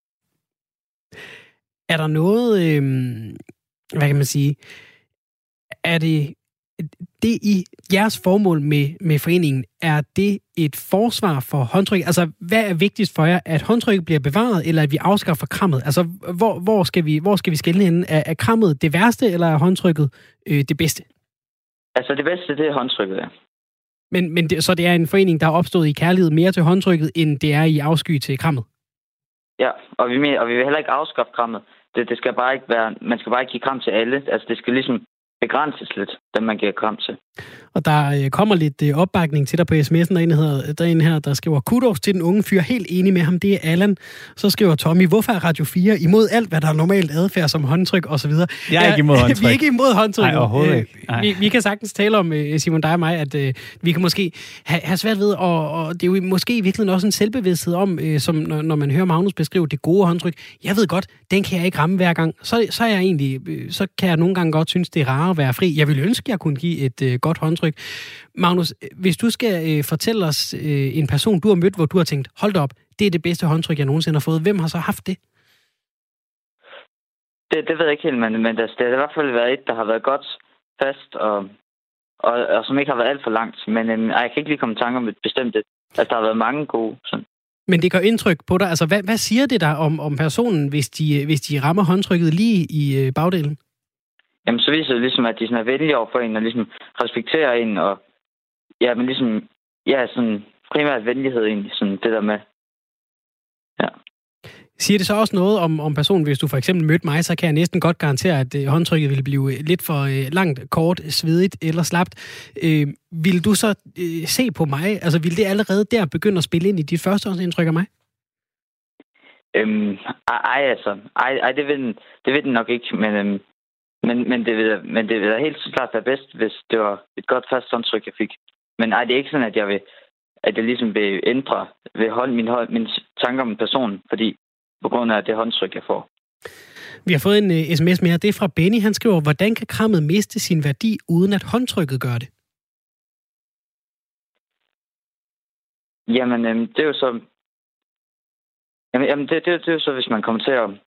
Er der noget, hvad kan man sige, er det i jeres formål med foreningen, er det et forsvar for håndtryk? Altså, hvad er vigtigst for jer, at håndtrykket bliver bevaret, eller at vi afskaffer krammet? Altså, hvor skal vi skelne henne? Er krammet det værste, eller er håndtrykket det bedste? Altså, det bedste, det er håndtrykket, ja. Men så det er en forening, der er opstået i kærlighed mere til håndtrykket, end det er i afsky til krammet? Ja, og vi vil heller ikke afskaffe krammet. Det skal bare ikke være, man skal bare ikke give kram til alle. Altså, det skal ligesom begrænses lidt, dem man giver kram til. Og der kommer lidt opbakning til dig på sms'en. Der er en her, der skriver, kudos til den unge fyr, helt enig med ham, det er Allan. Så skriver Tommy, hvorfor er Radio 4 imod alt, hvad der er normalt adfærd som håndtryk osv.? Jeg er ikke imod håndtryk. Vi er ikke imod håndtryk. Nej, overhovedet ikke. Vi kan sagtens tale om, Simon, dig og mig, at vi kan måske have svært ved, og det er jo måske i virkeligheden også en selvbevidsthed om, som når man hører Magnus beskrive det gode håndtryk. Jeg ved godt, den kan jeg ikke ramme hver gang. Så er jeg egentlig, så kan jeg nogle gange godt synes, det er rarere at være fri. Jeg ville ønske, at jeg kunne give et godt håndtryk. Magnus, hvis du skal fortælle os en person, du har mødt, hvor du har tænkt, hold da op, det er det bedste håndtryk, jeg nogensinde har fået. Hvem har så haft det? Det ved jeg ikke helt, men det har i hvert fald været et, der har været godt fast, og som ikke har været alt for langt. Men jeg kan ikke lige komme i tanke om et bestemt et. Altså, der har været mange gode. Sådan. Men det gør indtryk på dig. Altså, hvad siger det der om personen, hvis de rammer håndtrykket lige i bagdelen? Jamen, så viser det ligesom, at de sådan er venlige over for en, og ligesom respekterer en, og ja, men ligesom, ja, sådan primært venlighed egentlig, sådan det der med, ja. Siger det så også noget om personen, hvis du for eksempel mødte mig, så kan jeg næsten godt garantere, at håndtrykket ville blive lidt for langt, kort, svedigt eller slapt. Vil du så se på mig? Altså, vil det allerede der begynde at spille ind i dit førstehåndsindtryk af mig? Det vil den nok ikke, men det vil da helt klart være bedst, hvis det var et godt fast håndtryk, jeg fik. Men det er ikke sådan, at jeg ligesom vil ændre min tanker om personen, fordi på grund af det håndtryk, jeg får. Vi har fået en sms mere. Det er fra Benny. Han skriver, hvordan kan krammet miste sin værdi, uden at håndtrykket gør det? Jamen, det er jo så... Jamen, det er jo så, hvis man kommer til at...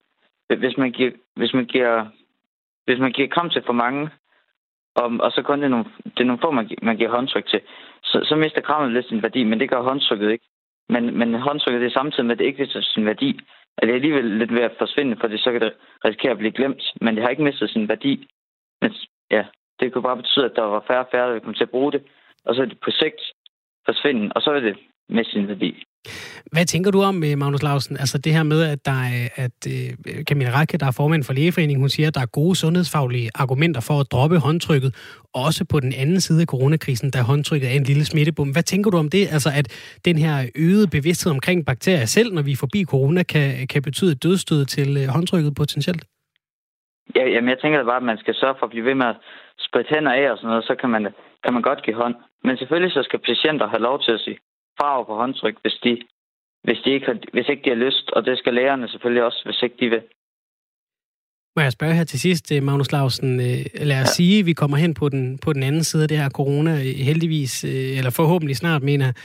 Hvis man giver kram til for mange, og så kun det er nogle få, man giver håndtryk til, så mister krammet lidt sin værdi, men det gør håndtrykket ikke. Men håndtrykket er samtidig med, at det ikke mister sin værdi. At det er alligevel lidt ved at forsvinde, for så kan det risikere at blive glemt, men det har ikke mistet sin værdi. Men ja, det kunne bare betyde, at der var færre og færre, der ville komme til at bruge det, og så er det på sigt forsvinde, og så er det miste sin værdi. Hvad tænker du om, Magnus Lausen? Altså det her med, at Camilla Radke, der er formand for Lægeforeningen, hun siger, at der er gode sundhedsfaglige argumenter for at droppe håndtrykket, også på den anden side af coronakrisen, da håndtrykket er en lille smittebom. Hvad tænker du om det? Altså at den her øgede bevidsthed omkring bakterier selv, når vi er forbi corona, kan betyde et dødsstød til håndtrykket potentielt? Ja, jamen jeg tænker da bare, at man skal sørge for at blive ved med at spritte hænder af og sådan noget, så kan man godt give hånd. Men selvfølgelig så skal patienter have lov til at sige fra på håndtryk, hvis ikke de har lyst, og det skal lægerne selvfølgelig også, hvis ikke de vil. Må jeg spørge her til sidst, Magnus Lausen, lad os sige, at vi kommer hen på den anden side af det her corona, heldigvis, eller forhåbentlig snart, mener jeg.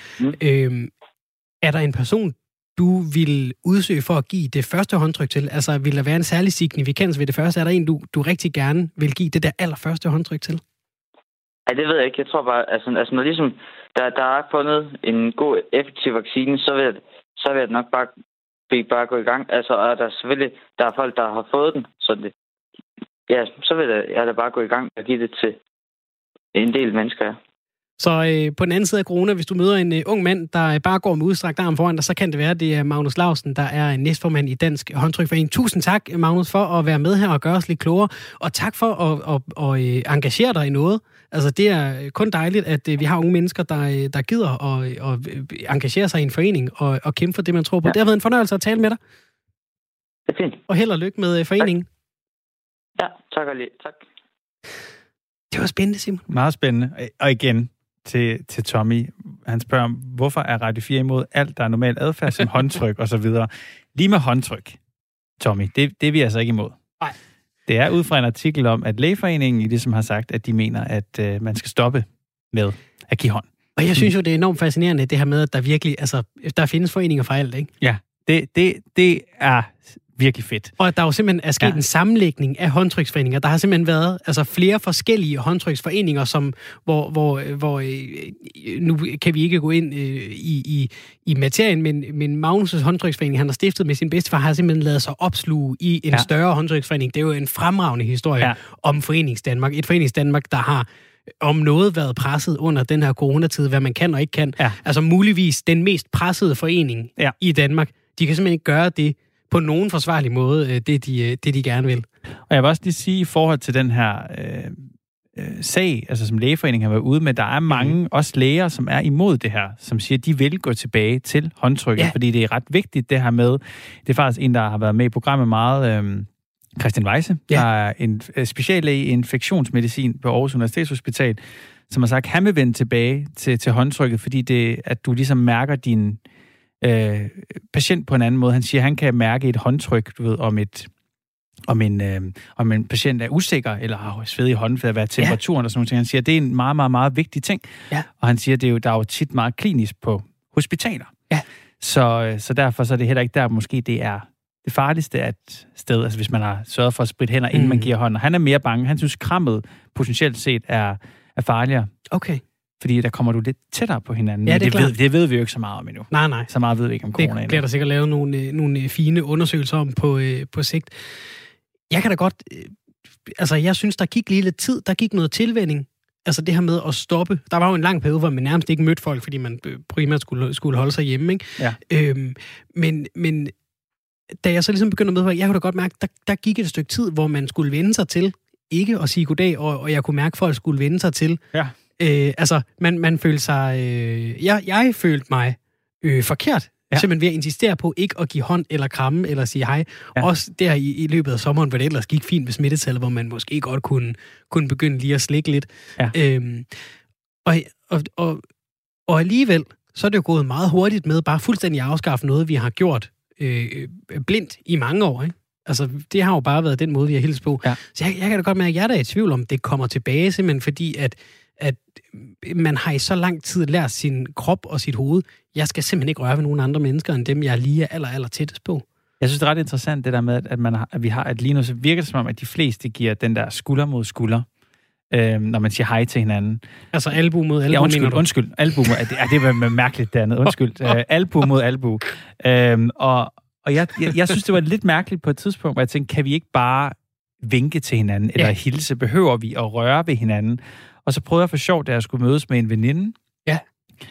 Er der en person, du vil udsøge for at give det første håndtryk til? Altså, vil der være en særlig signifikans ved det første? Er der en, du rigtig gerne vil give det der allerførste håndtryk til? Nej, det ved jeg ikke. Jeg tror bare, altså når ligesom der er fundet en god, effektiv vaccine, så vil jeg nok bare gå i gang. Altså, og der er folk, der har fået den, så vil jeg da bare gå i gang og give det til en del mennesker, ja. Så på den anden side af corona, hvis du møder en ung mand, der bare går med udstrakt arm foran dig, så kan det være, at det er Magnus Lausen, der er næstformand i Dansk Håndtrykforening. Tusind tak, Magnus, for at være med her og gøre os lidt klogere. Og tak for at engagere dig i noget. Altså, det er kun dejligt, at vi har unge mennesker, der gider at engagere sig i en forening og kæmpe for det, man tror på. Ja. Det har været en fornøjelse at tale med dig. Det er fint. Og held og lykke med foreningen. Tak. Ja, tak og lige. Tak. Det var spændende, Simon. Meget spændende. Og igen til Tommy. Han spørger, hvorfor er Radio 4 imod alt, der er normal adfærd, som håndtryk og så videre. Lige med håndtryk, Tommy, det er vi altså ikke imod. Nej. Det er ud fra en artikel om, at Lægeforeningen ligesom har sagt, at de mener, at man skal stoppe med at give hånd. Og jeg synes jo, det er enormt fascinerende, det her med, at der virkelig, altså, der findes foreninger for alt, ikke? Ja, det er virkelig fedt. Og der er jo simpelthen er sket en sammenlægning af håndtryksforeninger. Der har simpelthen været flere forskellige håndtryksforeninger, hvor nu kan vi ikke gå ind i materien, men Magnus' håndtryksforening, han har stiftet med sin bedstefar, har simpelthen ladet sig opsluge i en større håndtryksforening. Det er jo en fremragende historie om Foreningsdanmark. Et Foreningsdanmark, der har om noget været presset under den her coronatid, hvad man kan og ikke kan. Ja. Altså muligvis den mest pressede forening i Danmark. De kan simpelthen ikke gøre det på nogen forsvarlig måde, det de gerne vil. Og jeg vil også lige sige, i forhold til den her sag, altså som Lægeforeningen har været ude med, der er mange også læger, som er imod det her, som siger, at de vil gå tilbage til håndtrykket, fordi det er ret vigtigt det her med, det er faktisk en, der har været med i programmet meget, Christian Weisse, der er en speciallæge i infektionsmedicin på Aarhus Universitetshospital, som har sagt, at han vil vende tilbage til håndtrykket, fordi at du ligesom mærker din patient på en anden måde. Han siger, at han kan mærke et håndtryk, du ved, om en patient er usikker, eller har sved i hånden, hvad temperaturen og sådan noget. Han siger, at det er en meget, meget, meget vigtig ting. Ja. Og han siger, at der er jo tit meget klinisk på hospitaler. Ja. Så derfor så er det heller ikke der, måske det er det farligste af et sted, altså hvis man har sørget for at spritte hænder, inden man giver hånden. Han er mere bange. Han synes, krammet potentielt set er farligere. Okay. Fordi der kommer du lidt tættere på hinanden. Ja, det ved vi jo ikke så meget om endnu. Nej. Så meget ved vi ikke om corona endnu. Det bliver der sikkert lavet nogle fine undersøgelser om på sigt. Jeg kan da godt... Altså, jeg synes, der gik lige lidt tid. Der gik noget tilvænning. Altså, det her med at stoppe. Der var jo en lang periode, hvor man nærmest ikke mødte folk, fordi man primært skulle holde sig hjemme, ikke? Ja. Men da jeg så ligesom begyndte med, jeg kunne da godt mærke, der gik et stykke tid, hvor man skulle vende sig til ikke at sige goddag, og jeg kunne mærke, at folk skulle vende sig til... Ja. Altså, man følte sig... Jeg følte mig forkert, simpelthen ved at insistere på ikke at give hånd eller kramme eller sige hej. Ja. Også der i løbet af sommeren, hvor det ellers gik fint med smittetallet, hvor man måske godt kunne begynde lige at slikke lidt. Ja. Og alligevel, så er det jo gået meget hurtigt med bare fuldstændig at afskaffe noget, vi har gjort blindt i mange år, ikke? Altså, det har jo bare været den måde, vi har hilst på. Ja. Så jeg kan da godt mærke, at jeg er da i tvivl om, det kommer tilbage, simpelthen fordi, at man har i så lang tid lært sin krop og sit hoved, jeg skal simpelthen ikke røre ved nogen andre mennesker, end dem, jeg lige er aller tættest på. Jeg synes, det er ret interessant, det der med, at vi har, at lige nu så virker det som om, at de fleste giver den der skulder mod skulder, når man siger hej til hinanden. Altså albu mod albu, undskyld. Albu mod, det var mærkeligt det andet. Undskyld. Albu mod albu. Og jeg synes, det var lidt mærkeligt på et tidspunkt, hvor jeg tænkte, kan vi ikke bare vinke til hinanden, eller hilse? Behøver vi at røre ved hinanden? Og så prøvede jeg for sjovt, da jeg skulle mødes med en veninde. Ja.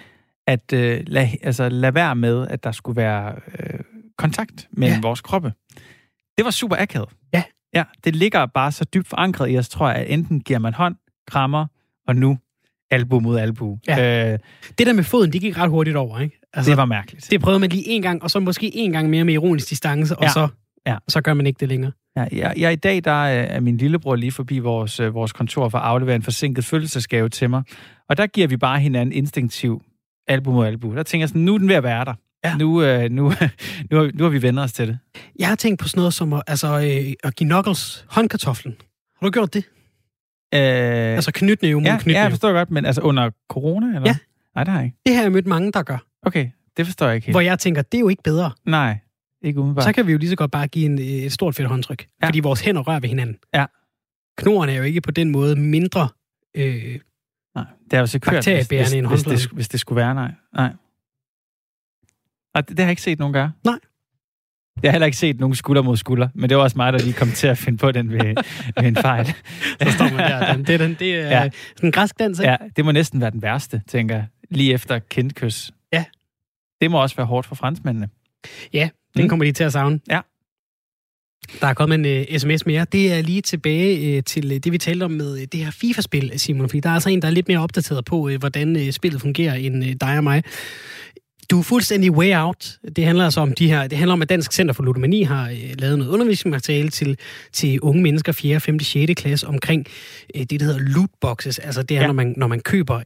at lade være med, at der skulle være kontakt mellem vores kroppe. Det var super akavet. Ja. Ja, det ligger bare så dybt forankret i os, tror jeg, at enten giver man hånd, krammer, og nu albu mod albu. Ja. Det der med foden, det gik ret hurtigt over, ikke? Altså, det var mærkeligt. Det prøvede man lige en gang, og så måske en gang mere med ironisk distance, og så gør man ikke det længere. Ja, i dag der er min lillebror lige forbi vores kontor for at aflevere en forsinket fødselsdagsgave til mig. Og der giver vi bare hinanden instinktiv albu mod albu. Der tænker jeg sådan, nu er den ved at være der. Ja. Nu har vi vendt os til det. Jeg har tænkt på sådan noget som at give knuckles håndkartoflen. Har du gjort det? Altså knytnæve mod knytnæve. Ja, jeg forstår godt, men altså under corona, eller? Ja. Nej, det har jeg ikke. Det har jeg mødt mange, der gør. Okay, det forstår jeg ikke helt. Hvor jeg tænker, det er jo ikke bedre. Nej, ikke umiddelbart. Så kan vi jo lige så godt bare give et stort fedt håndtryk. Ja. Fordi vores hænder rører ved hinanden. Ja. Knoerne er jo ikke på den måde mindre nej, det er jo så kørt, hvis det skulle være, nej. Det har jeg ikke set nogen gøre. Nej. Jeg har heller ikke set nogen skulder mod skulder, men det var også mig, der lige kom til at finde på den ved en fejl. Så står man der. Det er sådan en græsk dans, ikke? Ja, det må næsten være den værste, tænker jeg. Lige efter kindkys. Ja. Det må også være hårdt for franskmændene. Ja, den kommer de til at savne. Ja. Der er kommet en sms mere. Det er lige tilbage til det, vi talte om med det her FIFA-spil, Simon. Fordi der er altså en, der er lidt mere opdateret på, hvordan spillet fungerer, end dig og mig. Du er fuldstændig way out. Det handler altså om det handler om, at Dansk Center for Ludomani har lavet noget undervisningsmateriale til unge mennesker 4., 5., 6. klasse omkring det, der hedder lootboxes. Altså det er, når man køber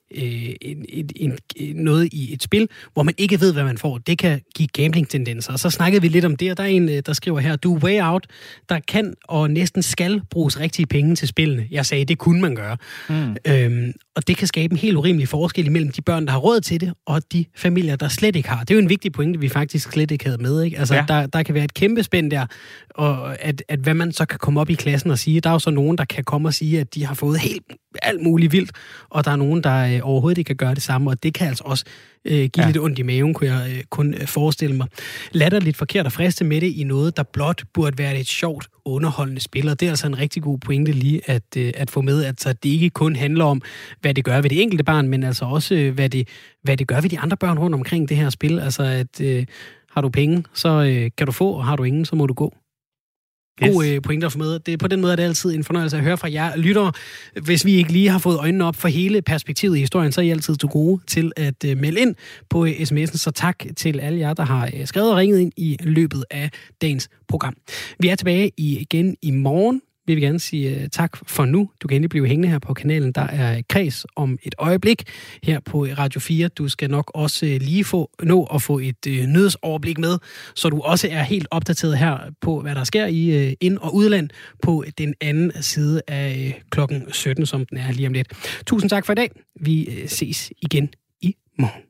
noget i et spil, hvor man ikke ved, hvad man får. Det kan give gambling-tendenser. Og så snakkede vi lidt om det, og der er en, der skriver her, du er way out. Der kan og næsten skal bruges rigtige penge til spillene. Jeg sagde, det kunne man gøre. Og det kan skabe en helt urimelig forskel imellem de børn, der har råd til det, og de familier, der slet ikke har. Det er jo en vigtig pointe, vi faktisk slet ikke havde med, ikke? Altså, der kan være et kæmpe spænd der, og at hvad man så kan komme op i klassen og sige. Der er jo så nogen, der kan komme og sige, at de har fået alt muligt vildt, og der er nogen, der overhovedet ikke kan gøre det samme, og det kan altså også give lidt ondt i maven, kunne jeg kun forestille mig. Latterligt forkert at friste med det i noget, der blot burde være et sjovt, underholdende spil, og det er altså en rigtig god pointe lige at få med, at det ikke kun handler om, hvad det gør ved det enkelte barn, men altså også, hvad det gør ved de andre børn rundt omkring det her spil. Altså, at har du penge, så kan du få, og har du ingen, så må du gå. God pointer for med. På den måde er det altid en fornøjelse at høre fra jer lyttere. Hvis vi ikke lige har fået øjnene op for hele perspektivet i historien, så er I altid til gode til at melde ind på sms'en. Så tak til alle jer, der har skrevet og ringet ind i løbet af dagens program. Vi er tilbage igen i morgen. Vi vil gerne sige tak for nu. Du kan endelig blive hængende her på kanalen. Der er kreds om et øjeblik her på Radio 4. Du skal nok også lige nå at få et nyhedsoverblik med, så du også er helt opdateret her på, hvad der sker i ind- og udland på den anden side af klokken 17, som den er lige om lidt. Tusind tak for i dag. Vi ses igen i morgen.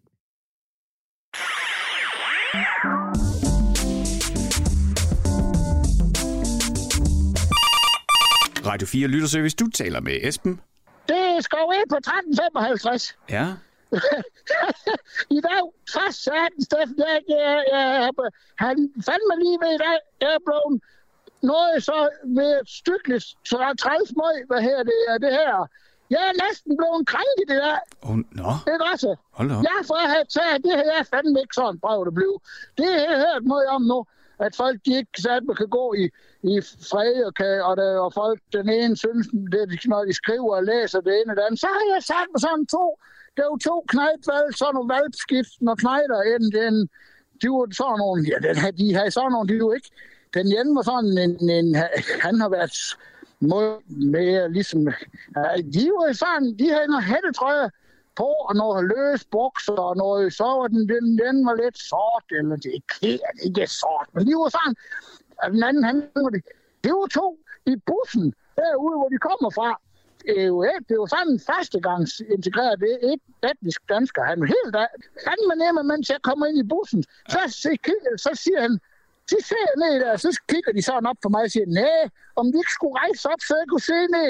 Radio 4 Lytterservice, du taler med Esben. Det skal jo ind på 1355. Ja. I dag, fast sagde Steffen, jeg han fandt mig lige ved i dag, jeg er blevet noget så ved stykkeligt, så der er trælsmøg, hvad her det her. Jeg er næsten blevet krænket i dag. Nå. Det er også. Hold da op. Jeg får taget det her, jeg fandme ikke sådan prøv det blev. Det har jeg hørt noget om nu, at folk de ikke kan gå i fred, og folk, den ene synes, det, når de skriver og læser det ene og det andet, så har jeg sat med sådan det var 2 knejtvalg, sådan nogle valgskift, når knejder inden, de var sådan nogle, de havde sådan nogle, de var ikke, den ene var sådan han har været mere ligesom, de var sådan, de havde noget hættetrøje på, og noget løs bukser, og noget, så var den var lidt sort, eller det er ikke sort, men de var sådan, og den anden, det var 2 i bussen, derude, hvor de kommer fra. Det er jo sådan en førstegangs integreret, det er ikke etnisk dansker, han er helt af. Fanden nemme, mens jeg kommer ind i bussen, så siger han, de ser ned der, så kigger de sådan op på mig og siger, nej, om de ikke skulle rejse op, så jeg kunne se ned.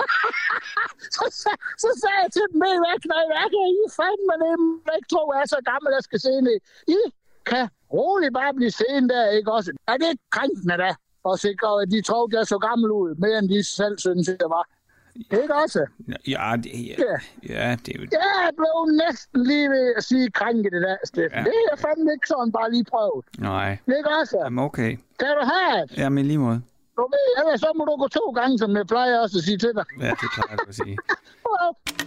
så sagde jeg til dem, hvad kan I fandme nemme, jeg ikke tror, jeg er så gammel, jeg skal se ned. I kan roligt bare blive seende der, ikke også? Er det ikke krænkende da? Og sikre, at de tror, jeg er så gammel ud, mere end de selv synes, jeg var. Ikke også? Ja, det er jo... Jeg blev næsten lige ved at sige krænke det der, Steffen. Ja. Det er fandme ikke sådan, bare lige prøvet. Nej. Ikke også? Jamen, okay. Kan du have det? Jamen, lige måde. Du ved, ellers så må du gå 2 gange, som jeg plejer også at sige til dig. Ja, det plejer du at sige.